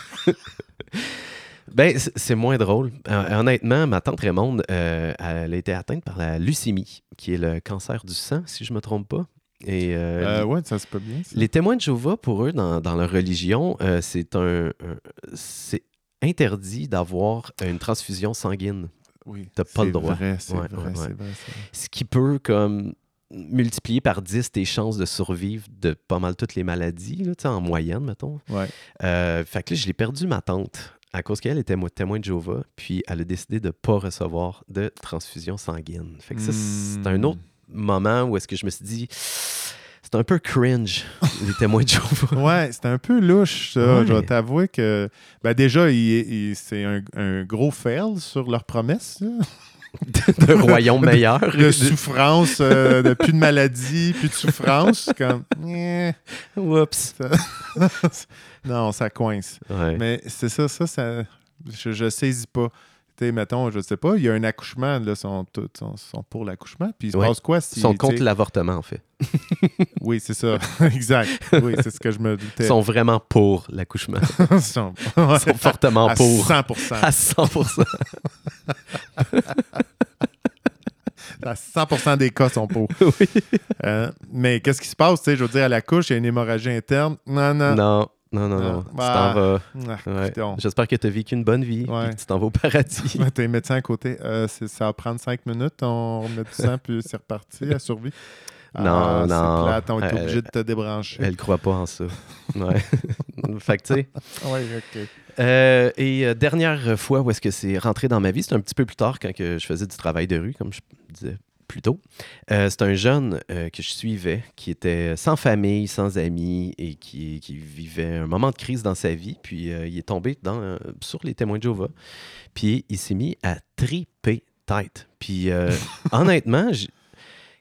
Ben, c- c'est moins drôle. Euh, honnêtement, ma tante Raymonde, euh, elle a été atteinte par la leucémie, qui est le cancer du sang, si je me trompe pas. Et euh, Euh, ouais, ça se peut bien. ça. les témoins de Jéhovah, pour eux, dans, dans leur religion, euh, c'est un, un- c'est interdit d'avoir une transfusion sanguine. Oui, t'as pas c'est le droit. Vrai, c'est Ouais, vrai, ouais, c'est ouais. vrai, c'est vrai. Ce qui peut comme multiplier par dix tes chances de survivre de pas mal toutes les maladies, là, tu sais, en moyenne, mettons. Ouais. Euh, fait que là, je l'ai perdu, ma tante, à cause qu'elle était mo- témoin de Jéhovah, puis elle a décidé de ne pas recevoir de transfusion sanguine. Fait que ça, c'est un Hmm. autre moment où est-ce que je me suis dit, c'est un peu cringe, les témoins de Jéhovah. Ouais, c'est un peu louche, ça. Ouais. Je vais t'avouer que. Ben déjà, il- il- c'est un, un gros fail sur leur promesse. là. D'un royaume meilleur. De souffrance, euh, de plus de maladie, plus de souffrance. Comme. eh, Oups. non, ça coince. Ouais. Mais c'est ça, ça, ça je, je saisis pas. Tu sais, mettons, je sais pas, il y a un accouchement, là, sont, tous- sont, sont pour l'accouchement. Puis il se Ouais. passe quoi si. Ils sont tu sais- contre l'avortement, en fait. Oui, c'est ça. exact. Oui, c'est ce que je me doutais. Ils sont vraiment pour l'accouchement. Ils sont- Ils sont fortement à pour. cent pour cent. À cent pour cent. À cent pour cent des cas sont pour. Oui. Euh, mais qu'est-ce qui se passe? Tu sais, je veux dire, à la couche, il y a une hémorragie interne. Non, non. Non, non, non, Non. non. Tu Bah. t'en vas. Ah, Ouais. putain. J'espère que tu as vécu une bonne vie Ouais. et que tu t'en vas au paradis. Ouais, T'as un médecin à côté. Euh, c'est- ça va prendre cinq minutes. On remet du sang, puis c'est reparti à survie. Non, Ah, non. C'est plate. On est Euh, obligé de te débrancher. Elle croit pas en ça. Ouais. Fait que, tu sais. Oui, OK. Euh, et euh, dernière fois où est-ce que c'est rentré dans ma vie, c'était un petit peu plus tard quand que je faisais du travail de rue, comme je disais plus tôt. Euh, c'est un jeune euh, que je suivais qui était sans famille, sans amis et qui, qui vivait un moment de crise dans sa vie. Puis euh, il est tombé dans, euh, sur les témoins de Jéhovah. Puis il s'est mis à triper tête. Puis euh, honnêtement, j'-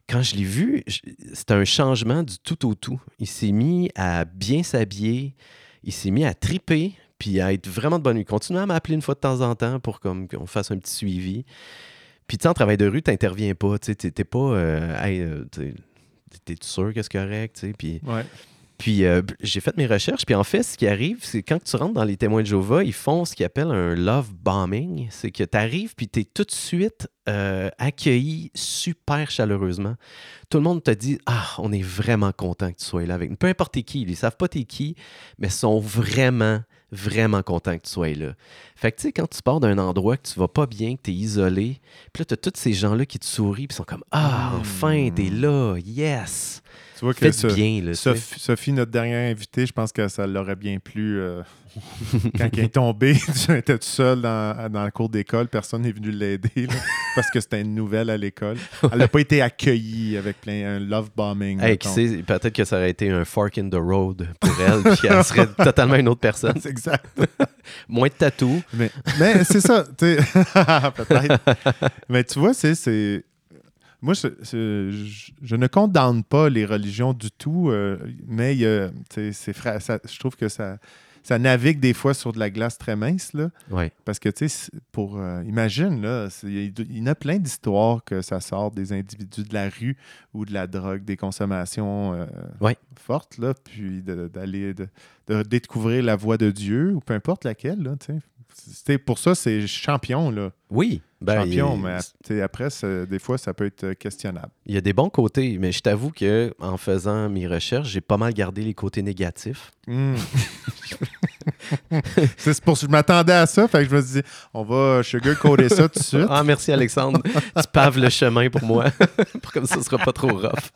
quand je l'ai vu, je- c'était un changement du tout au tout. Il s'est mis à bien s'habiller, il s'est mis à triper, puis à être vraiment de bonne humeur. Il continuait à m'appeler une fois de temps en temps pour comme, qu'on fasse un petit suivi. Puis, tu sais, en travail de rue, tu n'interviens pas. Tu sais, t'es t'es pas. euh, hey, euh, t'es- t'es sûr que c'est correct? Tu sais, puis. Ouais. Puis euh, j'ai fait mes recherches, puis en fait, ce qui arrive, c'est quand tu rentres dans les témoins de Jéhovah, ils font ce qu'ils appellent un love bombing. C'est que tu arrives, puis tu es tout de suite euh, accueilli super chaleureusement. Tout le monde te dit « Ah, on est vraiment content que tu sois là avec nous. » Peu importe t'es qui, ils ne savent pas t'es qui, mais sont vraiment, vraiment contents que tu sois là. Fait que tu sais, quand tu pars d'un endroit que tu vas pas bien, que tu es isolé, puis là, tu as tous ces gens-là qui te sourient, puis sont comme « Ah, enfin, t'es là, yes! » Tu vois que Faites ça- du bien, là. tu sais. Sophie, Sophie, notre dernière invitée, je pense que ça l'aurait bien plu. euh, quand il est tombé, tu étais tout seul dans, dans la cour d'école, personne n'est venu l'aider là, parce que c'était une nouvelle à l'école. Elle n'a pas été accueillie avec plein un love bombing. Hey, qui mettons. sait, peut-être que ça aurait été un fork in the road pour elle, puis elle serait totalement une autre personne. C'est exact. Moins de tatou. Mais, mais c'est ça, tu sais. Peut-être. Mais tu vois, c'est. c'est... Moi, je, je, je- je ne condamne pas les religions du tout, euh, mais il y a, tu sais, c'est fra- ça- je trouve que ça, ça navigue des fois sur de la glace très mince, là, Ouais. parce que, tu sais, c'est- pour, euh, imagine, là, c'est- il y, a- il y en a plein d'histoires que ça sort des individus de la rue ou de la drogue, des consommations euh, Ouais. fortes, là, puis de- d'aller, de, de découvrir la voie de Dieu, ou peu importe laquelle, là, tu sais. C'est- Pour ça, c'est champion, là. Oui. Ben, champion, il, mais tu sais, après, ça- des fois, ça peut être questionnable. il y a des bons côtés, mais je t'avoue que en faisant mes recherches, j'ai pas mal gardé les côtés négatifs. Hmm. c'est pour ça que je m'attendais à ça, fait que je me suis dit, on va sugarcoater ça tout de suite. Ah, merci Alexandre. Tu paves le chemin pour moi, pour comme ça, ce sera pas trop rough.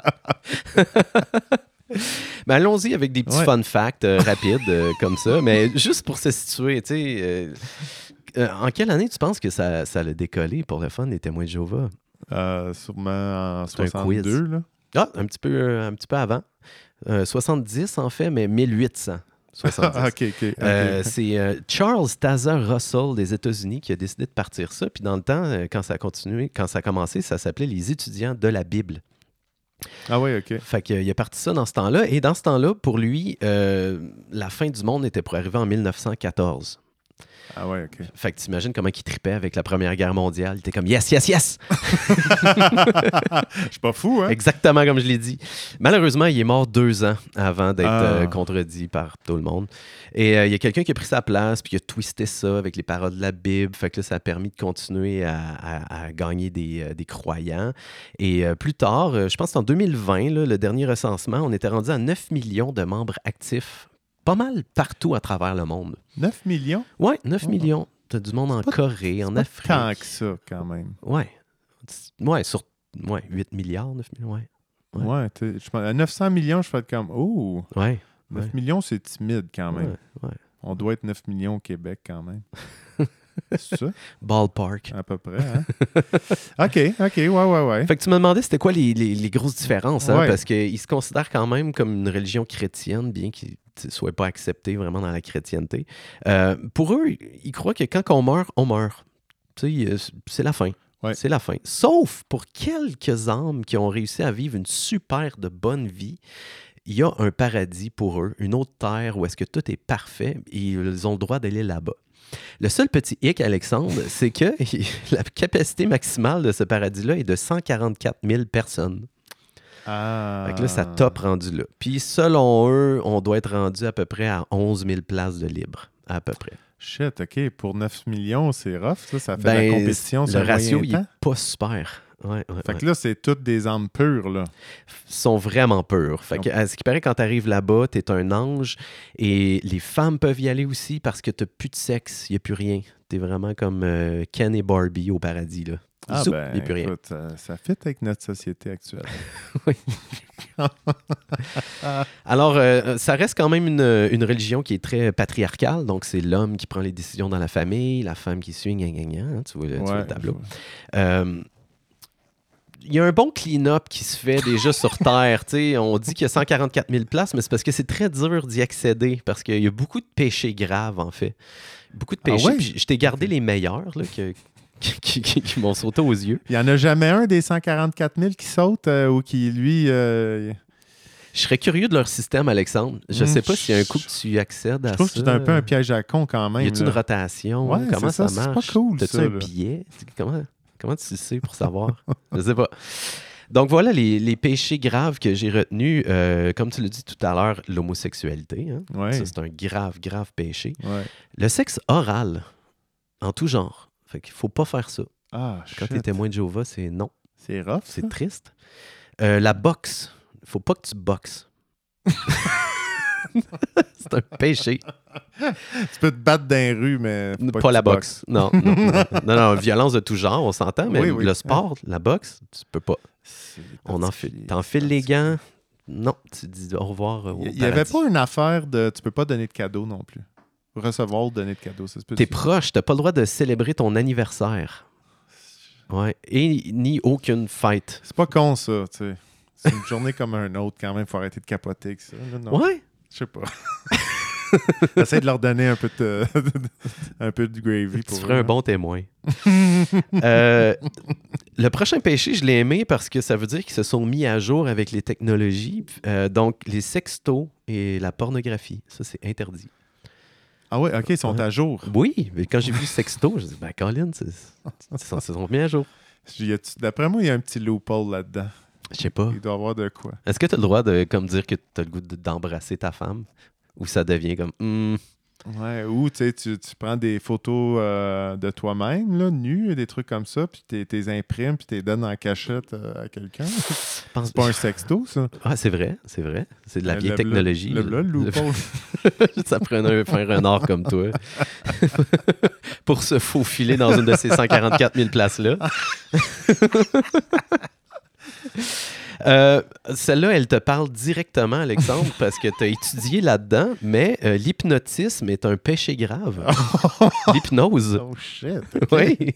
Mais allons-y avec des petits Ouais. fun facts euh, rapides euh, comme ça, mais juste pour se situer, tu sais. euh, euh, en quelle année tu penses que ça, ça a décollé pour le fun, les témoins de Jéhovah? Euh, sûrement en C'est un quiz. soixante-deux, là. Ah, un petit peu, euh, un petit peu avant. Euh, soixante-dix, en fait, mais mille huit cents. soixante-dix. OK, OK. ok. Euh, c'est euh, Charles Taza Russell des États-Unis qui a décidé de partir ça. Puis dans le temps, euh, quand ça a continué, quand ça a commencé, ça s'appelait les étudiants de la Bible. Ah oui, OK. Fait qu'il a parti ça dans ce temps-là. Et dans ce temps-là, pour lui, euh, la fin du monde était pour arriver en mille neuf cent quatorze. Ah ouais, OK. Fait que tu imagines comment il tripait avec la Première Guerre mondiale. Il était comme « Yes, yes, yes! » Je suis pas fou, hein? Exactement comme je l'ai dit. Malheureusement, il est mort deux ans avant d'être Ah. euh, contredit par tout le monde. Et euh, il y a quelqu'un qui a pris sa place puis qui a twisté ça avec les paroles de la Bible. Fait que là, ça a permis de continuer à, à- à gagner des, euh, des croyants. Et euh, plus tard, euh, je pense que c'est en deux mille vingt, là, le dernier recensement, on était rendu à neuf millions de membres actifs. Pas mal partout à travers le monde. neuf millions? Ouais, neuf Oh. millions. T'as du monde en pas- Corée, en Pas Afrique. tant que ça, quand même. Ouais. Ouais, sur ouais, huit milliards, neuf millions, ouais. Ouais. Ouais, tu sais, je pense- à neuf cents millions, je fais comme, oh, Ouais. neuf Ouais. millions, c'est timide quand même. Ouais, ouais. On doit être neuf millions au Québec quand même. C'est ça, Ballpark. à peu près, hein? OK, OK, ouais, ouais, ouais. Fait que tu me demandais c'était quoi les, les- les grosses différences, hein, Ouais. parce qu'ils se considèrent quand même comme une religion chrétienne, bien qu'ils ne soient pas acceptés vraiment dans la chrétienté. Euh, pour eux, ils croient que quand on meurt, on meurt. Tu sais, euh, c'est la fin. Ouais. C'est la fin. Sauf pour quelques âmes qui ont réussi à vivre une super de bonne vie, il y a un paradis pour eux, une autre terre où est-ce que tout est parfait et ils ont le droit d'aller là-bas. Le seul petit hic, Alexandre, c'est que la capacité maximale de ce paradis-là est de cent quarante-quatre mille personnes. Ah. Fait que là, ça top rendu là. Puis selon eux, on doit être rendu à peu près à onze mille places de libre, à peu près. Shit, OK, pour neuf millions, c'est rough, ça. Ça fait Ben, la compétition le sur un ratio, moyen il est temps. pas super. Ouais, ouais, Fait ouais. que là, c'est toutes des âmes pures, là. Sont vraiment purs. Fait que, Donc- à ce qui paraît, quand tu arrives là-bas, tu es un ange et les femmes peuvent y aller aussi parce que tu plus de sexe, il n'y a plus rien. Tu es vraiment comme euh, Ken et Barbie au paradis. Là. Ah Zoup, ben, il n'y a plus rien. écoute, ça, ça fit avec notre société actuelle. Alors, euh, ça reste quand même une, une religion qui est très patriarcale. Donc, c'est l'homme qui prend les décisions dans la famille, la femme qui suit, gna, gna, gna, hein, tu, vois, le- tu vois le tableau. Euh, Il y a un bon clean-up qui se fait déjà sur Terre. T'sais, on dit qu'il y a cent quarante-quatre mille places, mais c'est parce que c'est très dur d'y accéder, parce qu'il y a beaucoup de péchés graves, en fait. Beaucoup de Ah péchés. ouais? Puis je t'ai gardé les meilleurs là, que, qui, qui, qui, qui m'ont sauté aux yeux. Il n'y en a jamais un des cent quarante-quatre mille qui saute euh, ou qui, lui... Euh... Je serais curieux de leur système, Alexandre. Je ne Mmh, sais pas s'il y a un coup je- que tu accèdes à Je trouve ça. que c'est un peu un piège à con quand même. Y a-t-il là. une rotation? Ouais, Comment c'est ça, ça, c'est marche? pas cool, T'as-tu ça, un là. billet? Comment, comment tu sais pour savoir? Je sais pas. Donc voilà les, les péchés graves que j'ai retenus. Euh, comme tu l'as dit tout à l'heure, l'homosexualité. Hein? Ouais. Ça, c'est un grave, grave péché. Ouais. Le sexe oral, en tout genre. Fait qu'il faut pas faire ça. Ah, Quand shit. tu es témoin de Jéhovah, c'est non. C'est rough, C'est ça. triste. Euh, la boxe. Faut pas que tu boxes. C'est un péché. Tu peux te battre dans les rues, mais faut Pas, pas, que la tu boxe. Non, non, non, non, non, violence de tout genre, on s'entend, mais Oui, oui. le sport, la boxe, tu peux pas. C'est On particulier, enfile, t'enfiles les particulier. gants. Non, tu dis au revoir au Il n'y avait paradis. pas une affaire de... Tu peux pas donner de cadeaux non plus. Recevoir ou donner de cadeaux, ça se peut. T'es proche, t'as pas le droit de célébrer ton anniversaire. Ouais. Et ni aucune fête. C'est pas con, ça, tu sais. C'est une journée comme un autre, quand même. Faut arrêter de capoter avec ça. Là, non? Ouais. Je sais pas. Essaye de leur donner un peu de, un peu de gravy. Tu pour ferais eux, un bon témoin. Euh, le prochain péché, je l'ai aimé parce que ça veut dire qu'ils se sont mis à jour avec les technologies. Euh, donc, les sextos et la pornographie, ça, c'est interdit. Ah ouais, OK, ils sont Ouais. à jour. Oui, mais quand j'ai vu sexto, je me dit, ben, Colin, c'est- ils sont- ils se sont mis à jour. Y a-tu- D'après moi, il y a un petit loophole là-dedans. Je sais pas. Il doit y avoir de quoi. Est-ce que tu as le droit de comme dire que tu as le goût de- d'embrasser ta femme? Ou ça devient comme, hmm, Ouais, ou tu sais, tu tu prends des photos euh, de toi-même, là, nu, des trucs comme ça, puis tu les imprimes, puis tu les donnes en cachette euh, à quelqu'un. pense- C'est pas un sexto, ça. Ah, c'est vrai, c'est vrai. C'est de la Euh, vieille le- technologie. Le, le, le loophole. Ça prenait un fin renard comme toi pour se faufiler dans une de ces cent quarante-quatre mille places-là. Euh, celle-là, elle te parle directement, Alexandre, parce que tu as étudié là-dedans, mais euh, l'hypnotisme est un péché grave. L'hypnose. Oh shit. ok. Oui.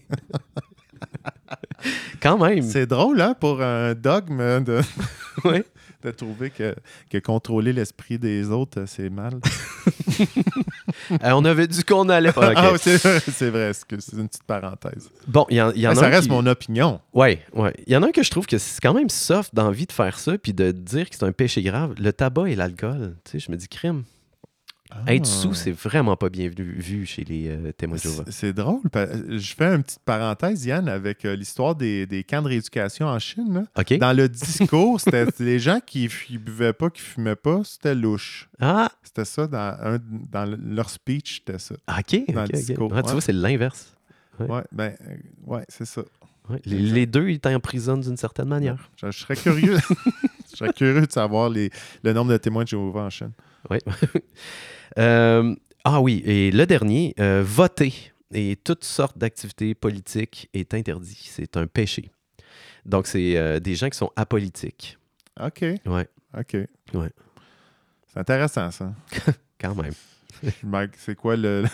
Quand même. C'est drôle, hein, pour un dogme de, Oui. de trouver que, que contrôler l'esprit des autres, euh, c'est mal. Euh, on avait dit qu'on allait. Ah, ok. Ah, c'est c'est vrai, excuse, c'est une petite parenthèse. Bon, il y, en- il y en Mais a ça un reste qui- mon opinion. Ouais, ouais. Il y en a un que je trouve que c'est quand même soft d'envie de faire ça puis de dire que c'est un péché grave. Le tabac et l'alcool. Tu sais, je me dis crime. Être sous, c'est vraiment pas bien vu, vu chez les euh, témoins de Jéhovah. C'est c'est drôle. pa- Je fais une petite parenthèse, Yann, avec euh, l'histoire des, des camps de rééducation en Chine. là. OK? Dans le discours, c'était les gens qui ne buvaient pas, qui fumaient pas, c'était louche. Ah, C'était ça, dans, un, dans le- leur speech, c'était ça. OK. Dans ok, le ok. discours, Ah, tu ouais. vois, c'est l'inverse. Ouais. Ouais, ben, euh, ouais, c'est ça. Ouais. Les, les deux, ils t'emprisonnent d'une certaine manière. Je, je serais curieux. je serais curieux de savoir les, le nombre de témoins de Jéhovah en Chine. Oui. Euh, ah oui, et le dernier, euh, voter et toutes sortes d'activités politiques est interdit. C'est un péché. Donc, c'est euh, des gens qui sont apolitiques. OK. Ouais, OK. Ouais. C'est intéressant, ça. quand même. Mike, c'est quoi le.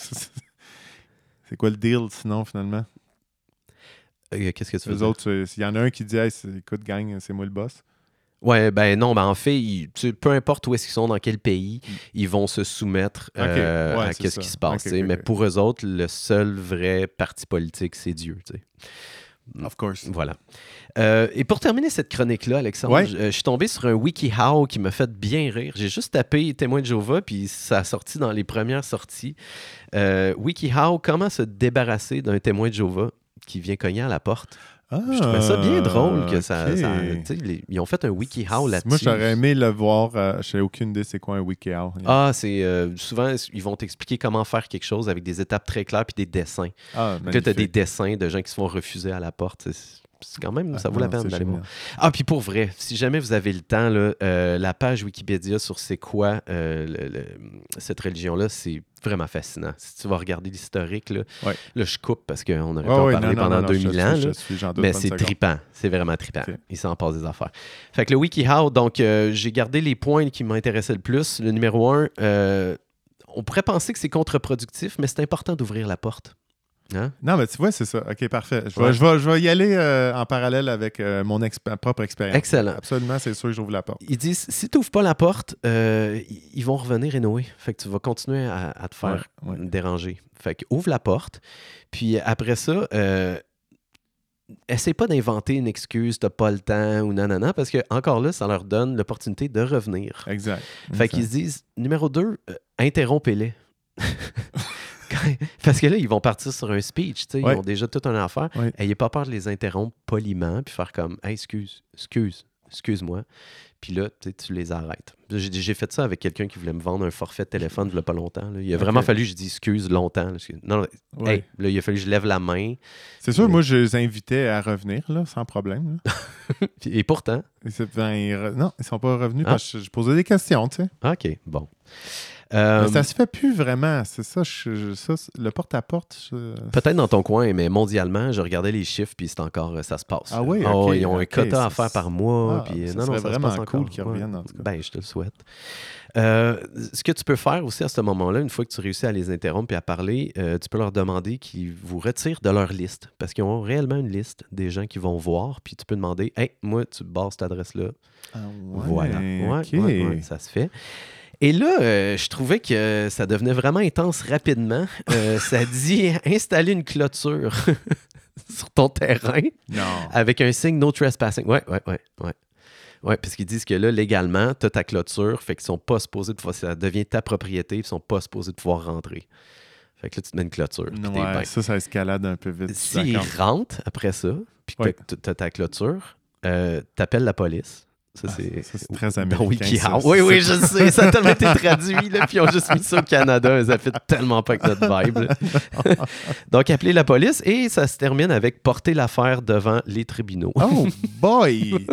c'est quoi le deal, sinon, finalement? Euh, Qu'est-ce que tu veux Les dire? autres, c'est- s'il y en a un qui dit, hey, c'est- écoute, gang, c'est moi le boss. Ouais, ben non, ben en fait, ils- tu sais, peu importe où est-ce qu'ils sont, dans quel pays, ils vont se soumettre euh, Ok, ouais, à c'est qu'est-ce ça. qui se passe. Ok, tu sais. ok, Mais ok. pour eux autres, le seul vrai parti politique, c'est Dieu. Tu sais. Of course. Voilà. Euh, et pour terminer cette chronique-là, Alexandre, Ouais. je, je suis tombé sur un WikiHow qui m'a fait bien rire. J'ai juste tapé témoin de Jéhovah, puis ça a sorti dans les premières sorties. Euh, WikiHow, comment se débarrasser d'un témoin de Jéhovah qui vient cogner à la porte. Ah, Je trouvais ça bien drôle que ça. ok. ça- tu sais, les- ils ont fait un WikiHow là-dessus. Moi, j'aurais aimé le voir. Euh, je n'ai aucune idée c'est quoi un WikiHow. Ah, c'est euh, souvent, ils vont t'expliquer comment faire quelque chose avec des étapes très claires puis des dessins. Ah, Donc là, tu as des magnifique. dessins de gens qui se font refuser à la porte. C'est, c'est quand même, ça Ah, vaut la non, peine c'est d'aller voir. génial. Ah, puis pour vrai, si jamais vous avez le temps, là, euh, la page Wikipédia sur c'est quoi euh, le- le- cette religion-là, c'est vraiment fascinant. Si tu vas regarder l'historique, là, Ouais. là je coupe parce qu'on aurait Ouais, pu en ouais, parler non, non, pendant non, non, deux je mille suis- ans. je là. suis- j'en doute Mais pas une c'est seconde. trippant. C'est vraiment trippant. Ok. Il s'en passe des affaires. Fait que le WikiHow, donc, euh, j'ai gardé les points qui m'intéressaient le plus. Le numéro un, euh, on pourrait penser que c'est contre-productif, mais c'est important d'ouvrir la porte. Hein? Non, mais tu vois, c'est ça. OK, parfait. Je vais, Ouais. je vais, je vais y aller euh, en parallèle avec euh, mon exp- propre expérience. Excellent. Absolument, c'est sûr que j'ouvre la porte. Ils disent, si tu n'ouvres pas la porte, euh, ils vont revenir rénover. Fait que tu vas continuer à, à te faire Ouais, ouais. déranger. Fait que ouvre la porte. Puis après ça, euh, essaie pas d'inventer une excuse, t'as pas le temps ou nanana, parce que encore là, ça leur donne l'opportunité de revenir. Exact. Fait qu'ils se disent, numéro deux, euh, interrompez-les. Parce que là, ils vont partir sur un speech, tu sais, Ouais. ils ont déjà toute une affaire. Ouais. Ayez pas peur de les interrompre poliment, puis faire comme, hey, excuse, excuse, excuse-moi. Puis là, tu sais, tu les arrêtes. J'ai, j'ai fait ça avec quelqu'un qui voulait me vendre un forfait de téléphone il y a pas longtemps. Là. Il a Ok. vraiment fallu que je dise excuse longtemps. Là. Non, non, Ouais. hey, là, il a fallu que je lève la main. C'est sûr, Mais- moi, je les invitais à revenir, là, sans problème. Là. Puis- Et pourtant, Et c'est- ben, ils re- Non, ils sont pas revenus Ah. parce que je, je posais des questions, tu sais. OK, bon. Euh, Mais ça se fait plus vraiment. C'est ça, je- je- ça c'est- le porte-à-porte. je- Peut-être dans ton coin, mais mondialement, je regardais les chiffres, puis c'est encore, ça se passe. Ah là. oui, Oh, ok, ils ont un ok, quota ça, à faire c'est- par mois. Ah, puis, ça non, non, serait ça se vraiment passe cool encore. qu'ils reviennent, en tout cas. Ben, je te le souhaite. Euh, ce que tu peux faire aussi à ce moment-là, une fois que tu réussis à les interrompre et à parler, euh, tu peux leur demander qu'ils vous retirent de leur liste. Parce qu'ils ont réellement une liste des gens qui vont voir. Puis tu peux demander, hey, moi, tu bases cette adresse-là. Ah ouais, Voilà. Ouais, ok. ouais, ouais, ça se fait. Et là, euh, je trouvais que ça devenait vraiment intense rapidement. Euh, ça dit installer une clôture sur ton terrain Non. avec un signe no trespassing. Ouais, ouais, ouais, ouais. Ouais, parce qu'ils disent que là, légalement, tu as ta clôture, fait qu'ils sont pas supposés de pouvoir, ça devient ta propriété, ils sont pas supposés de pouvoir rentrer. Fait que là, tu te mets une clôture. puis t'es Ouais, bien. ça, ça escalade un peu vite. je suis S'ils d'accord. rentrent après ça, puis que Ouais. tu as ta clôture, euh, t'appelles la police. Ça, Ah, c'est, ça, c'est très dans américain, WikiHow. ça. Oui, C'est- oui, je sais. Ça a tellement été traduit. Là, puis ils ont juste mis ça au Canada. Ça fait tellement pas avec notre vibe. là. Donc, appelez la police et ça se termine avec porter l'affaire devant les tribunaux. Oh boy!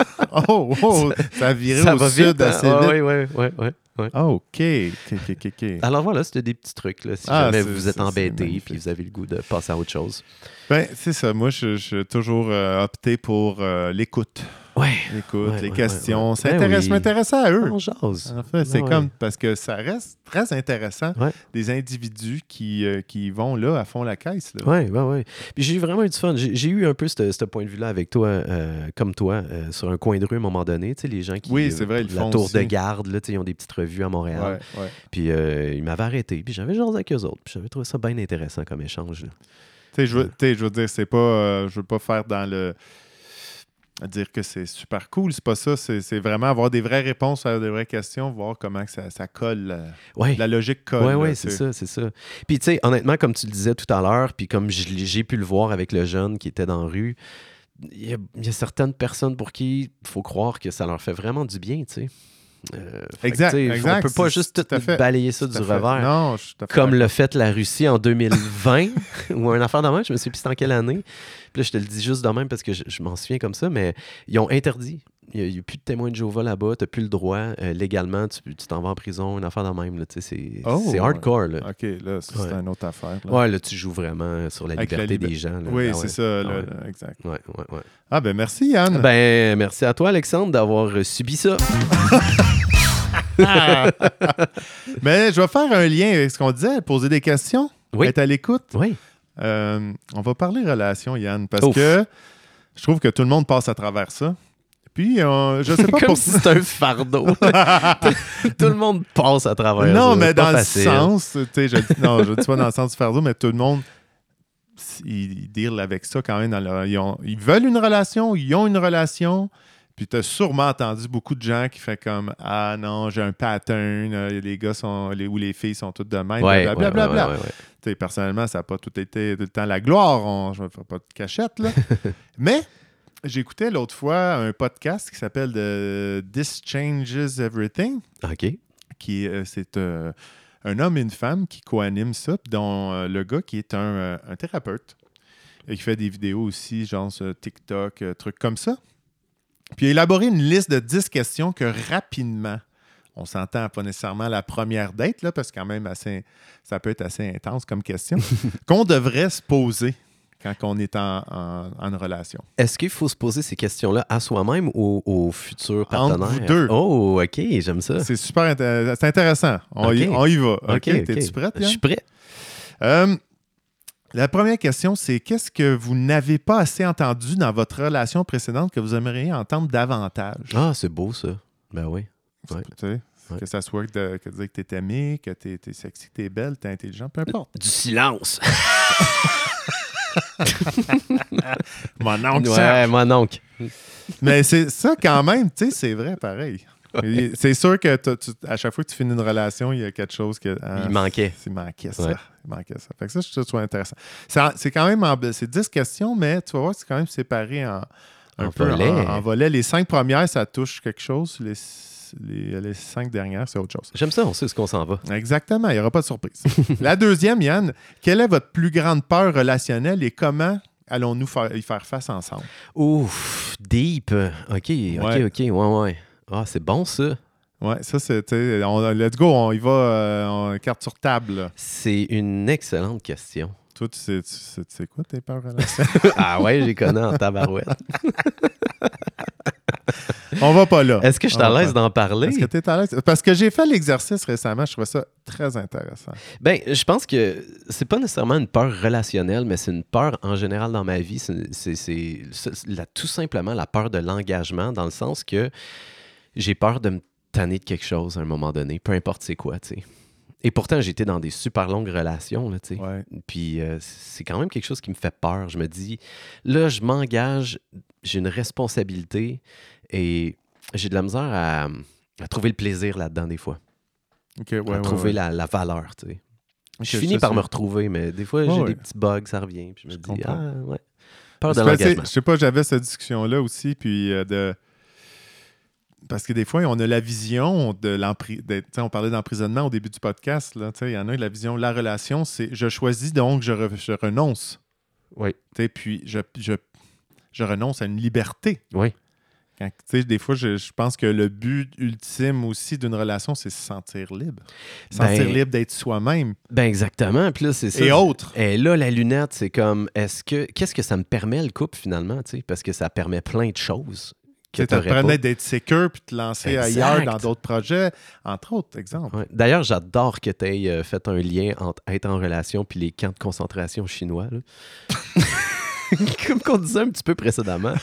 oh, oh! Ça a viré ça au va sud vite. hein? assez Ah, vite. oui, oui, oui, oui. Ouais. Ah, OK. OK, OK, OK, OK. Alors voilà, c'était des petits trucs. Là, si Ah, jamais c'est- vous êtes c'est- embêté c'est et magnifique. vous avez le goût de passer à autre chose. Ben, c'est ça. Moi, je je suis toujours euh, opté pour euh, l'écoute. Ouais. L'écoute, Ouais, les ouais, questions. ouais, ouais. Ça Ben intéresse, oui. m'intéresse à eux. On jase. En fait, c'est Ouais. comme parce que ça reste très intéressant Ouais. des individus qui, euh, qui vont là à fond la caisse. Là. Oui, oui, oui. Puis j'ai vraiment eu du fun. J'ai, j'ai eu un peu ce ce point de vue-là avec toi, euh, comme toi, euh, sur un coin de rue à un moment donné. Tu sais, les gens qui. Oui, c'est vrai, ils le La font tour aussi. de garde, là, tu sais, ils ont des petites revues à Montréal. Ouais, ouais. Puis euh, ils m'avaient arrêté. Puis j'avais jasé avec eux autres. Puis j'avais trouvé ça bien intéressant comme échange. là. Tu sais, je veux, tu sais, je veux dire, c'est pas. euh, je veux pas faire dans le. dire que c'est super cool, c'est pas ça. C'est, c'est vraiment avoir des vraies réponses à des vraies questions, voir comment que ça, ça colle. euh, Ouais. La logique colle. Oui, là, oui, tu c'est sais. ça, c'est ça. Puis, tu sais, honnêtement, comme tu le disais tout à l'heure, puis comme je l'ai- j'ai pu le voir avec le jeune qui était dans la rue, il y a, il y a certaines personnes pour qui il faut croire que ça leur fait vraiment du bien, tu sais. Euh, fait que, Exact, tu sais, faut- exact, On peut pas c'est- juste tout tout à fait. balayer ça Tout du à fait. revers. Non, je suis tout à fait Comme d'accord. l'a fait la Russie en deux mille vingt, ou un affaire de même, je me souviens plus c'était en quelle année. Puis là, je te le dis juste de même parce que je, je m'en souviens comme ça, mais ils ont interdit. Il n'y a, a plus de témoins de Jéhovah là-bas, tu n'as plus le droit. Euh, légalement, tu, tu t'en vas en prison, une affaire de même. Là, tu sais, c'est, Oh, c'est hardcore. Là. OK, là, ça, c'est Ouais. une autre affaire. Là. Ouais, là, tu joues vraiment sur la Avec la liberté liber- des gens. là. Oui, Ah c'est ouais. ça, là, Ah ouais. là, exact. Ouais, ouais, ouais. Ah, ben merci, Yann. Ben, merci à toi, Alexandre, d'avoir euh, subi ça. Mais je vais faire un lien avec ce qu'on disait, poser des questions, Oui. être à l'écoute. Oui. Euh, on va parler relations, Yann, parce Ouf. que je trouve que tout le monde passe à travers ça. Puis, euh, je sais pas Comme pour... si c'était un fardeau. Tout le monde passe à travers ça. non, mais C'est pas dans facile. le sens, tu sais, je, non, je dis pas dans le sens du fardeau, mais tout le monde, ils, ils deal avec ça quand même. Dans leur- ils, ont- ils veulent une relation, ils ont une relation. Puis tu as sûrement entendu beaucoup de gens qui font comme ah non, j'ai un pattern, euh, les gars sont les, ou les filles sont toutes de même, Ouais, blablabla. ouais, Bla, ouais, bla. ouais, ouais, ouais. Tu sais, personnellement, ça n'a pas tout été tout le temps la gloire. On- je ne ferai pas de cachette, là. Mais j'écoutais l'autre fois un podcast qui s'appelle The This Changes Everything, OK. qui euh, c'est euh, un homme et une femme qui co-animent ça, puis dont euh, le gars qui est un, euh, un thérapeute et qui fait des vidéos aussi, genre sur TikTok, euh, trucs comme ça. Puis il a élaboré une liste de dix questions que rapidement, on s'entend pas nécessairement la première date, là, parce que quand même, assez, ça peut être assez intense comme question, qu'on devrait se poser quand on est en, en, en relation. Est-ce qu'il faut se poser ces questions-là à soi-même ou au futur Entre partenaire? vous deux. Oh, OK, j'aime ça. C'est super intér- c'est intéressant. On, y, Ok. on y va. OK, OK, T'es-tu OK. prête, Je Yann? suis prêt. Euh, La première question, c'est qu'est-ce que vous n'avez pas assez entendu dans votre relation précédente que vous aimeriez entendre davantage? Ah, c'est beau, ça. Ben oui. Ouais. Tu sais, Ouais. Que ça soit de, que dire que t'es aimé, que t'es, t'es sexy, que t'es belle, t'es intelligent, peu importe. Du silence. Mon oncle Ouais, Serge. mon oncle. Mais c'est ça quand même, tu sais, c'est vrai pareil. Ouais. C'est sûr que t'as- tu- à chaque fois que tu finis une relation, il y a quelque chose que... ah, Il manquait. Il manquait ça. Ouais. Il manquait ça. Fait que ça, je trouve ça intéressant. C'est, en- c'est quand même... En, c'est dix questions, mais tu vas voir que c'est quand même séparé en, un En peu volets. En, en volets. Les cinq premières, ça touche quelque chose. Les, les, les cinq dernières, c'est autre chose. J'aime ça, on sait ce qu'on s'en va. Exactement, il n'y aura pas de surprise. La deuxième, Yann, quelle est votre plus grande peur relationnelle et comment allons-nous faire, y faire face ensemble? Ouf, deep. OK, OK, Ouais. OK, ouais, ouais. Ah, c'est bon, ça. Ouais, ça, c'est... tu sais, on- Let's go, on y va, euh, on- carte sur table. Là. C'est une excellente question. Toi, tu sais, tu sais, tu sais quoi tes peurs relationnelles? Ah ouais, j'ai connu en tabarouette. On va pas là. Est-ce que je suis On à va l'aise pas. d'en parler? Est-ce que tu es à l'aise? Parce que j'ai fait l'exercice récemment, je trouvais ça très intéressant. Ben, je pense que c'est pas nécessairement une peur relationnelle, mais c'est une peur en général dans ma vie. C'est, c'est, c'est- c'est la- tout simplement la peur de l'engagement, dans le sens que j'ai peur de me tanner de quelque chose à un moment donné, peu importe c'est quoi, tu sais. Et pourtant, j'étais dans des super longues relations, là, tu sais. Ouais. Puis euh, c'est quand même quelque chose qui me fait peur. Je me dis, là, je m'engage, j'ai une responsabilité et j'ai de la misère à, à trouver le plaisir là-dedans des fois. OK, ouais, à ouais, trouver ouais. La, la valeur, tu sais. Ok, Je finis ça, par c'est- me retrouver, mais des fois, Ouais, j'ai ouais. des petits bugs, ça revient. Puis je me Je dis, comprends. ah, ouais. Peur de Parce que, tu sais, l'engagement. je sais pas, j'avais cette discussion-là aussi, puis euh, de... Parce que des fois, on a la vision de l'emprisonnement. On parlait d'emprisonnement au début du podcast. Là, il y en a la vision, la relation, c'est je choisis donc je, re- je renonce. Oui, Tu sais, puis je, je, je renonce à une liberté. oui. Quand, tu sais, des fois, je, je pense que le but ultime aussi d'une relation, c'est se sentir libre. Se sentir Ben, libre d'être soi-même Ben exactement. Puis là, c'est ça. et autres. Et là, la lunette, c'est comme, est-ce que, qu'est-ce que ça me permet, le couple, finalement, tu sais? Parce que ça permet plein de choses que Tu te t'aurais pas. permet d'être sécure puis de te lancer Exact. ailleurs dans d'autres projets, entre autres, exemple. Ouais. D'ailleurs, j'adore que tu aies euh, fait un lien entre être en relation puis les camps de concentration chinois. Là. Comme qu'on disait un petit peu précédemment.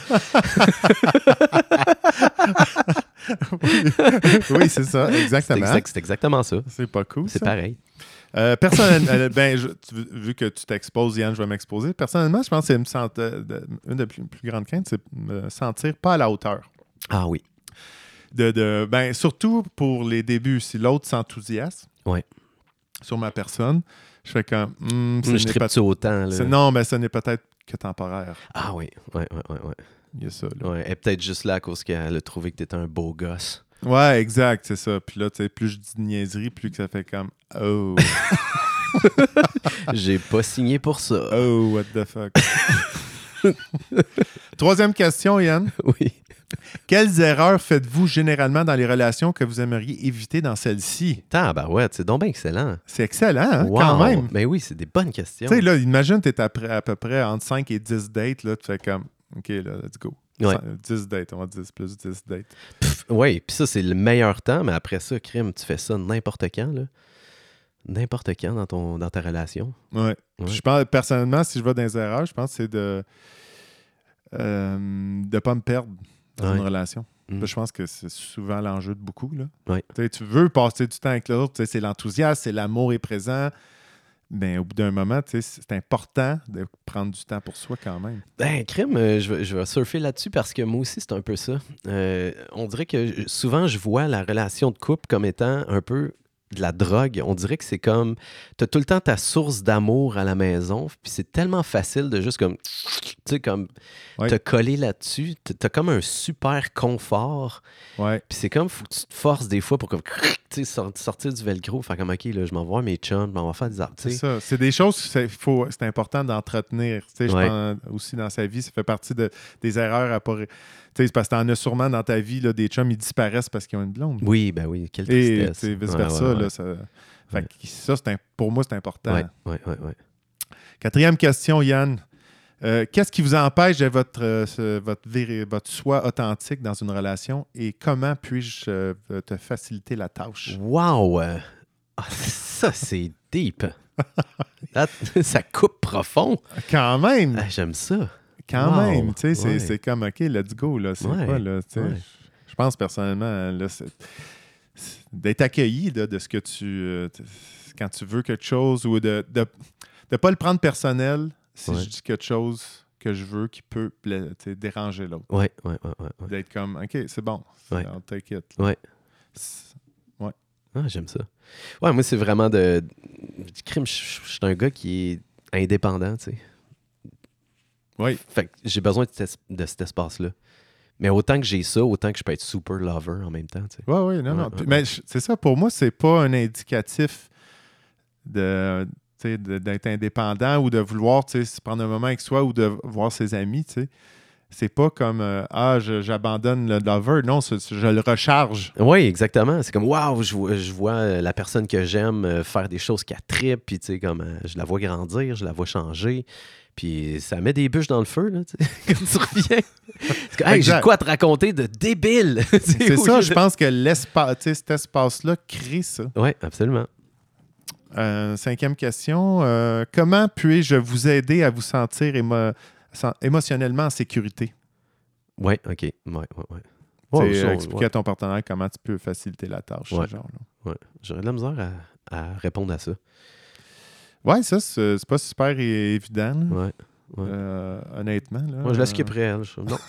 oui, oui, c'est ça, C'est, exactement. exact- c'est exactement ça. C'est pas cool, C'est ça. pareil. Euh, personnellement, euh, ben, je- tu- vu que tu t'exposes, Yann, je vais m'exposer. Personnellement, je pense que c'est me sent- euh, de- une des plus, plus grandes craintes, c'est me sentir pas à la hauteur. Ah oui. De, de, ben, surtout pour les débuts, si l'autre s'enthousiasme Ouais. sur ma personne, je fais comme... hmm, ce Je n'est tripe pas- ça autant. Là. c'est- non, mais ce n'est peut-être que temporaire. Ah oui. Ouais, ouais, ouais, ouais. Il y a ça, là. Ouais. Elle est peut-être juste là à cause qu'elle a trouvé que t'étais un beau gosse. Ouais, exact, c'est ça. Puis là, tu sais, plus je dis de niaiserie, plus que ça fait comme oh, J'ai pas signé pour ça. oh, what the fuck. Troisième question, Yann. Oui. Quelles erreurs faites-vous généralement dans les relations que vous aimeriez éviter dans celles-ci? Tabarouette, c'est donc bien excellent. C'est excellent, hein, Wow. quand même. Mais oui, c'est des bonnes questions. Tu sais, là, imagine, tu es à, près- à peu près entre cinq et dix dates, là, tu fais comme, OK, là, let's go. Ouais. dix dates, on va dix plus dix dates. Oui, puis ça, c'est le meilleur temps, mais après ça, crime, tu fais ça n'importe quand, là. N'importe quand dans, ton, dans ta relation. Ouais. Ouais. Je pense, personnellement, si je vais dans les erreurs, je pense que c'est de euh, de pas me perdre dans Ouais. une relation. Mm. Je pense que c'est souvent l'enjeu de beaucoup. Là. Ouais. Tu sais, tu veux passer du temps avec l'autre, tu sais, c'est l'enthousiasme, c'est l'amour est présent. Mais au bout d'un moment, tu sais, c'est important de prendre du temps pour soi quand même. Ben, crime, euh, je, vais, je vais surfer là-dessus parce que moi aussi, c'est un peu ça. Euh, on dirait que je- souvent, je vois la relation de couple comme étant un peu de la drogue. On dirait que c'est comme, t'as tout le temps ta source d'amour à la maison, puis c'est tellement facile de juste comme, tu sais, comme, Ouais. te coller là-dessus. T- T'as comme un super confort. Ouais. Puis c'est comme, faut que tu te forces des fois pour comme, tu sais, sor- sortir du velcro, faire comme, OK, là, je m'en vais voir mes chums, je m'en vais faire des arbres, tu C'est sais. ça. C'est des choses que c'est, faut, c'est important d'entretenir. Tu sais, je Ouais. pense aussi dans sa vie, ça fait partie de, des erreurs à pas. ré- Tu sais, c'est parce que t'en as sûrement dans ta vie là, des chums, ils disparaissent parce qu'ils ont une blonde. Oui, ben oui, quelle Et tristesse. tu sais, vice Ouais, versa. ouais, ouais. Là, ça, fait Ouais. que ça, c'est un- pour moi, c'est important. Ouais, ouais, ouais, ouais. Quatrième question, Yann. Euh, qu'est-ce qui vous empêche de votre, euh, ce- votre, véri- votre soi authentique dans une relation et comment puis-je euh, te faciliter la tâche? Wow! euh, ah, ça, c'est deep. Là, ça coupe profond. Quand même! Ah, j'aime ça. Quand Wow. même! Tu sais, c'est, Ouais. c'est comme, OK, let's go, là. C'est Ouais. quoi, là? Tu sais, Ouais. Je pense personnellement, là, c'est, c'est d'être accueilli là, de ce que tu... euh, t- quand tu veux quelque chose ou de ne de, de pas le prendre personnel si Ouais. je dis quelque chose que je veux qui peut pla- tu sais, déranger l'autre. Ouais, ouais, ouais, ouais. ouais. D'être comme, OK, c'est bon. C'est, Ouais. I'll take it. là. Ouais. C'est- Ah, j'aime ça. Ouais, moi, c'est vraiment de. Du crime, je je- je suis un gars qui est indépendant, tu sais. Oui. Fait que j'ai besoin de, cet- de cet espace-là. Mais autant que j'ai ça, autant que je peux être super lover en même temps, tu sais. Oui, oui, non, Ouais, non. ouais, Puis- ouais. Mais je- c'est ça, pour moi, c'est pas un indicatif de, tu sais, de- d'être indépendant ou de vouloir tu sais, se prendre un moment avec soi ou de voir ses amis. tu sais. C'est pas comme euh, Ah, je- j'abandonne le lover. Non, c'est- c'est- je le recharge. Oui, exactement. C'est comme, waouh, je, vois- je vois euh, la personne que j'aime euh, faire des choses qu'elle trippe, puis tu sais, comme, euh, je la vois grandir, je la vois changer, puis ça met des bûches dans le feu, là, tu sais, quand tu reviens. C'est comme, hey, j'ai de Exact. quoi te raconter de débile. C'est ça, je pense que l'espace, tu sais, cet espace-là crée ça. Oui, absolument. Euh, cinquième question. euh, comment puis-je vous aider à vous sentir émo- sen- émotionnellement en sécurité? Oui, OK. Ouais, ouais, ouais. Tu sais, Ouais, ça, euh, on- expliquer à ton partenaire comment tu peux faciliter la tâche. Ouais. Ce genre, ouais. J'aurais de la misère à, à répondre à ça. ouais, ça, c'est, c'est pas super é- évident. là. Ouais. ouais. Euh, honnêtement. Là, Moi, je la euh, skipperais, elle. Je- Non.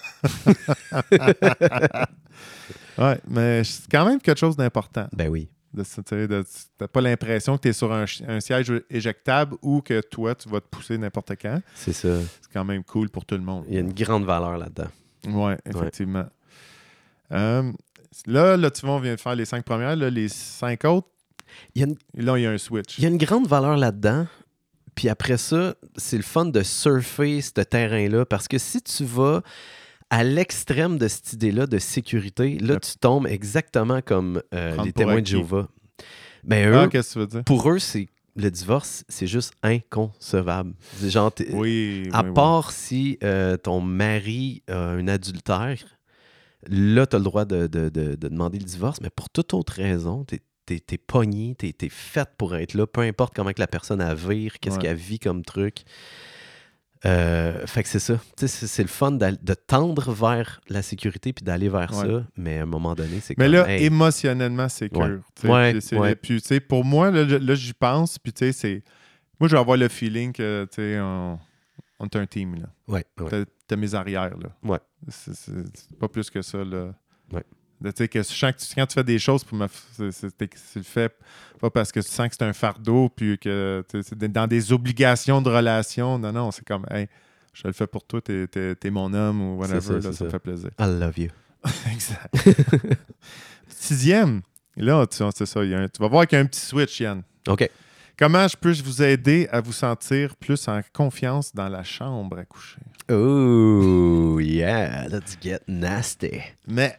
Ouais, mais c'est quand même quelque chose d'important. Ben oui. De, tu sais, de- t'as pas l'impression que tu es sur un, ch- un siège éjectable ou que toi, tu vas te pousser n'importe quand. C'est ça. C'est quand même cool pour tout le monde. Il y a une grande valeur là-dedans. Oui, effectivement. Euh, là, là, tu vois, on vient de faire les cinq premières. Là, les cinq autres, Il y a une, et là, il y a un switch. il y a une grande valeur là-dedans. Puis après ça, c'est le fun de surfer ce terrain-là. Parce que si tu vas à l'extrême de cette idée-là de sécurité, là, Yep. tu tombes exactement comme euh, Prendre les pour témoins de acquis. Jéhovah. Mais eux, Ah, qu'est-ce que tu veux dire? pour eux, c'est le divorce, c'est juste inconcevable. C'est genre, t'es- Oui, à oui, oui. part si euh, ton mari a un adultère, là, tu as le droit de, de- de- de demander le divorce, mais pour toute autre raison, t'es t'es- t'es pogné, t'es t'es faite pour être là, peu importe comment que la personne a vire, qu'est-ce Ouais. qu'elle vit comme truc. Euh, fait que c'est ça. Tu sais, C'est c'est le fun d'al- de tendre vers la sécurité puis d'aller vers Ouais. ça, mais à un moment donné, c'est Mais comme... là, hey, émotionnellement, c'est Ouais. cure. tu sais. Ouais, Puis c'est- ouais. Puis, tu sais, pour moi, là, je- là, j'y pense, puis tu sais, c'est... Moi, je vais avoir le feeling que, tu sais, on, on est un team, là. ouais, ouais. T'as, t'as mes arrières, là. Ouais. C'est, c'est- c'est pas plus que ça, là. Ouais. De, tu sais, que je sens que tu- quand tu fais des choses, pour me, f- c'est, c'est, c'est- c'est fait pas parce que tu sens que c'est un fardeau, puis que tu sais, c'est dans des obligations de relation. Non, non, c'est comme, hey, je le fais pour toi, t'es, t'es, t'es mon homme ou whatever, C'est ça, là, c'est ça me ça. fait plaisir. I love you. Exact. Sixième, là, tu, c'est ça, il y a un- tu vas voir qu'il y a un petit switch, Yann. OK. Comment je peux vous aider à vous sentir plus en confiance dans la chambre à coucher? Oh, yeah, let's get nasty. Mais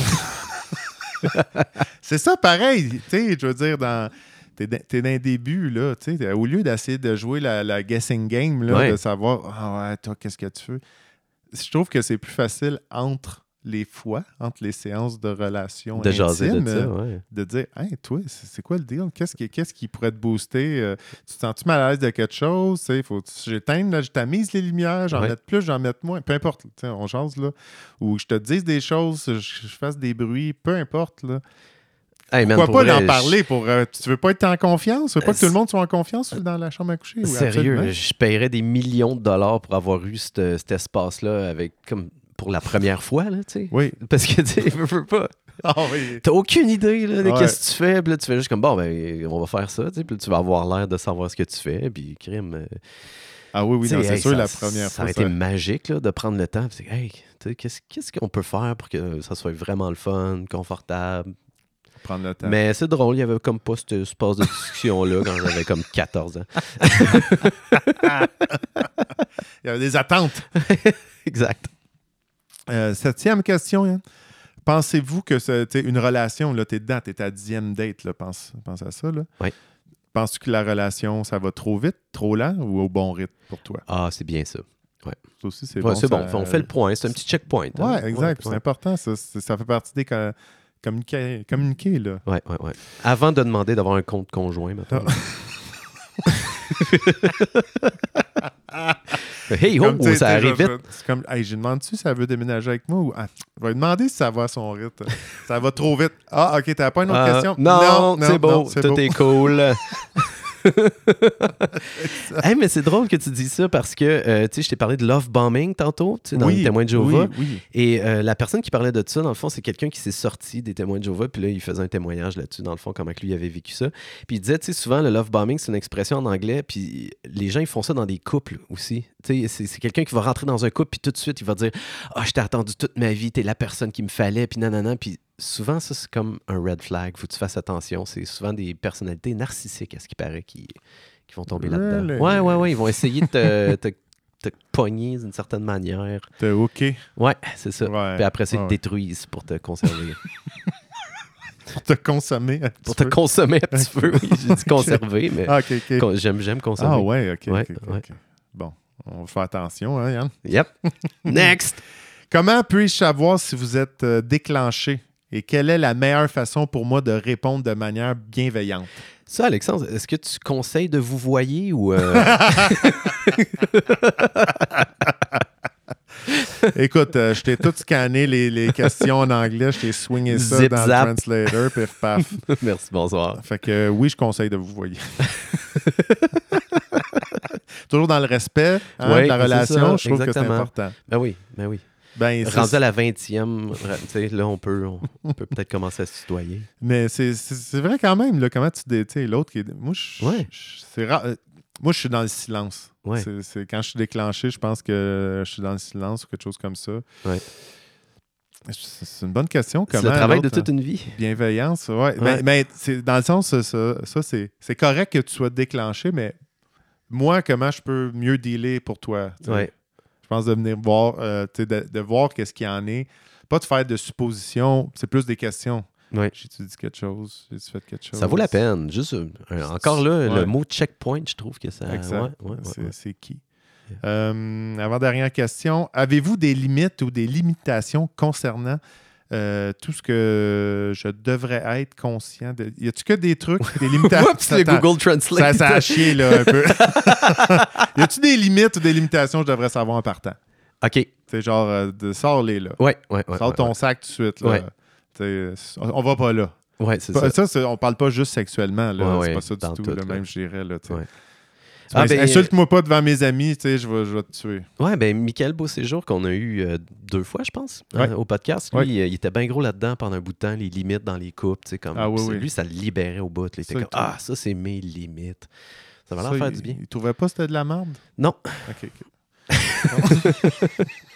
c'est ça pareil, tu sais, je veux dire, dans... T'es dans, t'es dans les débuts, là, tu sais, au lieu d'essayer de jouer la, la guessing game, là, Ouais. de savoir, ah ouais, toi, qu'est-ce que tu veux? Je trouve que c'est plus facile entre les fois, entre les séances de relations De jaser intimes, de euh, ça, ouais. de dire, hey, toi, c'est c'est quoi le deal? Qu'est-ce qui, qu'est-ce qui pourrait te booster? Euh, tu te sens-tu mal à l'aise de quelque chose? Tu sais, faut que j'éteigne, là, je tamise les lumières, j'en Ouais. mette plus, j'en mette moins, peu importe, tu sais, on jase, là. Ou je te dise des choses, je, je fasse des bruits, peu importe, là. Hey, man, Pourquoi pour pas vrai, d'en parler pour. euh, tu veux pas être en confiance? Tu veux pas que tout le monde soit en confiance dans la chambre à coucher? je- Oui, Sérieux, absolument. je paierais des millions de dollars pour avoir eu cette- cet espace-là avec comme pour la première fois, là, tu sais. Oui. Parce que, tu sais, veux, veux pas. Ah oui. T'as aucune idée là, de Ouais. qu'est-ce que tu fais. Puis là, tu fais juste comme, bon, ben, on va faire ça. Tu sais, puis là, tu vas avoir l'air de savoir ce que tu fais. Puis, crime. euh, Ah oui, oui, tu sais, non, c'est hey, sûr, ça- la première Ça fois. aurait été magique là, de prendre le temps. Puis, c'est, hey, tu sais, qu'est-ce, qu'est-ce qu'on peut faire pour que ça soit vraiment le fun, confortable. Prendre le temps. Mais c'est drôle, il y avait comme pas cet espace de discussion-là quand j'avais comme quatorze ans. Il y avait des attentes. Exact. Euh, septième question, Yann. Pensez-vous que c'est tu sais, une relation, là, t'es dedans, t'es à ta dixième date, là, pense, pense à ça, là. Oui. Penses-tu que la relation, ça va trop vite, trop lent ou au bon rythme pour toi? Ah, c'est bien ça. Ça aussi, c'est Ouais, bon. c'est bon. ça- On fait le point. C'est un petit checkpoint. Ouais, hein. exact. C'est Ouais, important, ça. C'est- Ça fait partie des co- communiquer, communiquer, là. ouais, ouais, ouais. Avant de demander d'avoir un compte conjoint, maintenant. Hey, Comme, oh, tu sais, ça tu sais, arrive je- vite. je- C'est comme, hey, j'ai demandé si ça veut déménager avec moi ou. Ah, je vais lui demander si ça va à son rythme. Ça va trop vite. Ah, OK, t'as pas une autre Ah, question? non, non, c'est beau, non, c'est tout beau. est cool. Hey, mais c'est drôle que tu dis ça parce que, euh, tu sais, je t'ai parlé de love bombing tantôt, tu sais, dans Oui, les témoins de Jéhovah. oui, oui. Et euh, la personne qui parlait de ça, dans le fond, c'est quelqu'un qui s'est sorti des témoins de Jéhovah, puis là, il faisait un témoignage là-dessus, dans le fond, comment que lui avait vécu ça. Puis il disait, tu sais, souvent, le love bombing, c'est une expression en anglais, puis les gens, ils font ça dans des couples aussi. Tu sais, c'est, c'est quelqu'un qui va rentrer dans un couple, puis tout de suite, il va dire « Ah, oh, je t'ai attendu toute ma vie, t'es la personne qu'il me fallait, puis nanana. » Puis souvent, ça, c'est comme un red flag, faut que tu fasses attention. C'est souvent des personnalités narcissiques, à ce qui paraît, qui, qui vont tomber là-dedans. Really? Ouais, ouais, ouais, ils vont essayer de te, te, te pogner d'une certaine manière. T'es OK. Ouais, c'est ça. Ouais, Puis après ça, ils ouais, te ouais. détruisent pour te conserver. Pour te consommer un petit pour te peu. consommer un petit peu, oui. J'ai dit conserver, mais Ah, OK, OK. con- j'aime, j'aime consommer. Ah, ouais, OK, Ouais, OK, OK, ouais. OK. Bon, on va faire attention, hein, Yann? Yep. Next! Comment puis-je savoir si vous êtes euh, déclenché et quelle est la meilleure façon pour moi de répondre de manière bienveillante? Ça, Alexandre, est-ce que tu conseilles de vous voyer ou... euh, Écoute, euh, je t'ai tout scanné les, les questions en anglais, je t'ai swingé ça Zip, dans zap. le translator, pif paf. Merci, bonsoir. Fait que euh, oui, je conseille de vous voyer. Toujours dans le respect hein, Ouais, de la c'est relation, ça, je trouve que c'est exactement. important. Ben oui, ben oui. Ben, c'est- Rendu à la vingtième, tu sais, là, on peut, on, on peut peut-être commencer à se tutoyer. Mais c'est, c'est, c'est vrai quand même, là, comment tu dé- tu sais, l'autre qui est. Moi, je, Ouais. je- c'est rare. euh, Moi, je suis dans le silence. Ouais. C'est, c'est- quand je suis déclenché, je pense que je suis dans le silence ou quelque chose comme ça. Ouais. C'est, c'est une bonne question. C'est Comment le travail de l'autre, toute une vie. Bienveillance, ouais. Ouais. Mais, mais c'est, dans le sens, ça, ça, ça, c'est, c'est correct que tu sois déclenché, mais moi, comment je peux mieux dealer pour toi? tu sais? Ouais. Je pense de venir voir, euh, tu sais, de, de voir qu'est-ce qu'il y en est. Pas de faire de suppositions, c'est plus des questions. Ouais. J'ai-tu dit quelque chose? J'ai-tu fait quelque chose? Ça vaut la peine. Juste, euh, encore là, Ouais. le mot checkpoint, je trouve que ça... Exact. Ouais, ouais, ouais, c'est, ouais. c'est qui? Euh, avant-dernière question. Avez-vous des limites ou des limitations concernant euh, tout ce que je devrais être conscient de? Y a-tu que des trucs, des limitations? Oups, le Attends, Google Translate. Ça, ça a chié, là, un peu. Y a-tu des limites ou des limitations que je devrais savoir en partant? OK. C'est genre, euh, de, sors-les, là. Ouais, ouais, ouais. Sors ouais, ton ouais. sac tout de suite, là. Ouais. T'sais, on on va pas là. Ouais, c'est Pas- ça. Ça, c'est- on parle pas juste sexuellement, là. Ouais, c'est ouais, pas ça du dans tout, tout, là, là. même, je dirais, là, t'sais. Ouais. Tu Ah, m'ins- ben, Insulte-moi pas devant mes amis, tu sais, je vais, je vais te tuer. Ouais, ben Michael Beauséjour, qu'on a eu euh, deux fois, je pense, Ouais. euh, au podcast, lui, Ouais. il, il était bien gros là-dedans pendant un bout de temps, les limites dans les couples, tu sais, comme... Ah oui, Puis c'est- oui. Lui, ça le libérait au bout. là. Il était Ça, comme, il ah, ça, c'est mes limites. Ça va leur Ça, faire il, du bien. Il trouvait pas que c'était de la merde? Non, OK, OK.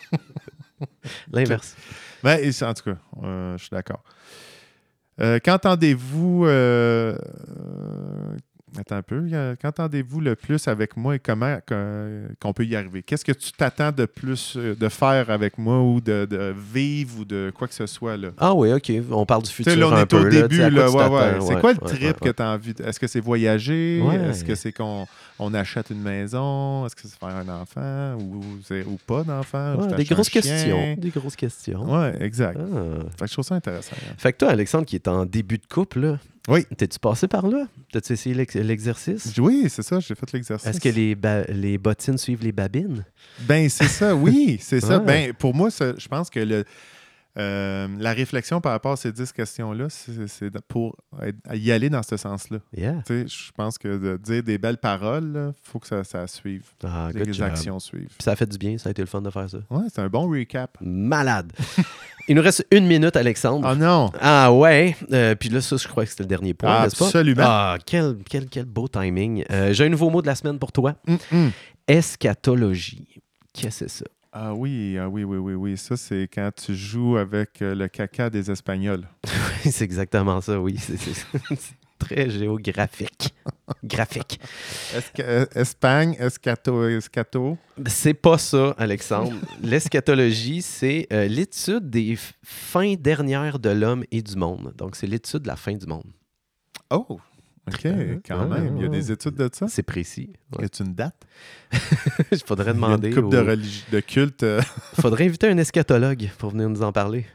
l'inverse. Ben, et c'est- en tout cas, euh, je suis d'accord. Euh, qu'entendez-vous... euh, euh, attends un peu. euh, Qu'entendez-vous le plus avec moi et comment qu'on qu'on peut y arriver? Qu'est-ce que tu t'attends de plus euh, de faire avec moi ou de, de vivre ou de quoi que ce soit, là? Ah oui, OK. On parle du Tu futur sais, là, on un est peu. au là, début, tu sais, à quoi là, tu ouais, ouais. t'attends, C'est ouais, quoi le ouais, trip ouais, que ouais. tu as envie? de- Est-ce que c'est voyager? Ouais. Est-ce que c'est qu'on on achète une maison? Est-ce que c'est faire un enfant ou, c'est- ou pas d'enfant? Ou Ouais, c'est des acheter un grosses chien? questions. Des grosses questions. Ouais, exact. Ah. Fait que je trouve ça intéressant. hein. Fait que toi, Alexandre, qui est en début de couple, là, Oui. t'es-tu passé par là? T'as-tu essayé l'ex- l'exercice? Oui, c'est ça, j'ai fait l'exercice. Est-ce que les, ba- les bottines suivent les babines? Ben, c'est ça, oui, c'est ça. Ouais. Ben, pour moi, ça- je pense que le, euh, la réflexion par rapport à ces dix questions-là, c'est c'est de- pour être- y aller dans ce sens-là. Yeah. Tu sais, je pense que de dire des belles paroles, il faut que ça, ça suive. Ah, que good les job. actions suivent. Puis ça a fait du bien, ça a été le fun de faire ça. Ouais, c'est un bon recap. Malade. Il nous reste une minute, Alexandre. Ah non! Ah ouais. Euh, puis là, ça, je crois que c'était le dernier point, Ah, n'est-ce pas? absolument. Ah, quel, quel, quel beau timing. Euh, J'ai un nouveau mot de la semaine pour toi. Hum, hum. Eschatologie. Qu'est-ce que c'est ça? Ah oui, ah oui, oui, oui, oui. Ça, c'est quand tu joues avec euh, le caca des Espagnols. C'est exactement ça, oui. C'est c'est- c'est très géographique. Graphique. Esca- euh, Espagne, escato, escato. C'est pas ça, Alexandre. L'eschatologie, c'est euh, l'étude des f- fins dernières de l'homme et du monde. Donc, c'est l'étude de la fin du monde. Oh! OK, quand Ah, même. Il y a ah, des études de ça. C'est précis. Y Ouais. a-tu une date? Il faudrait Il y a demander. une couple de, au- religi- de culte. euh, faudrait inviter un eschatologue pour venir nous en parler.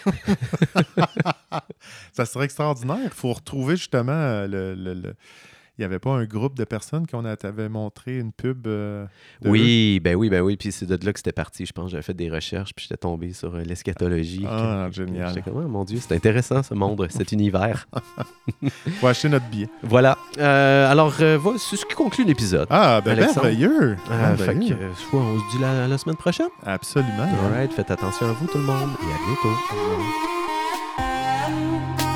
ça serait extraordinaire. Il faut retrouver justement euh, le. le- le- il n'y avait pas un groupe de personnes qu'on t'avait montré une pub euh, de Oui, eux? ben oui, ben oui. Puis c'est de là que c'était parti, je pense. J'avais fait des recherches, puis j'étais tombé sur euh, l'eschatologie. Ah, que, génial. J'étais comme, oh, mon Dieu, c'est intéressant ce monde, cet univers. Faut acheter notre billet. Voilà. Euh, alors, euh, voilà, c'est ce qui conclut l'épisode. Ah, ben Alexandre. merveilleux! Euh, fait merveilleux. que, euh, soit on se dit la, la semaine prochaine. Absolument. All right, faites attention à vous tout le monde et à bientôt. Au revoir.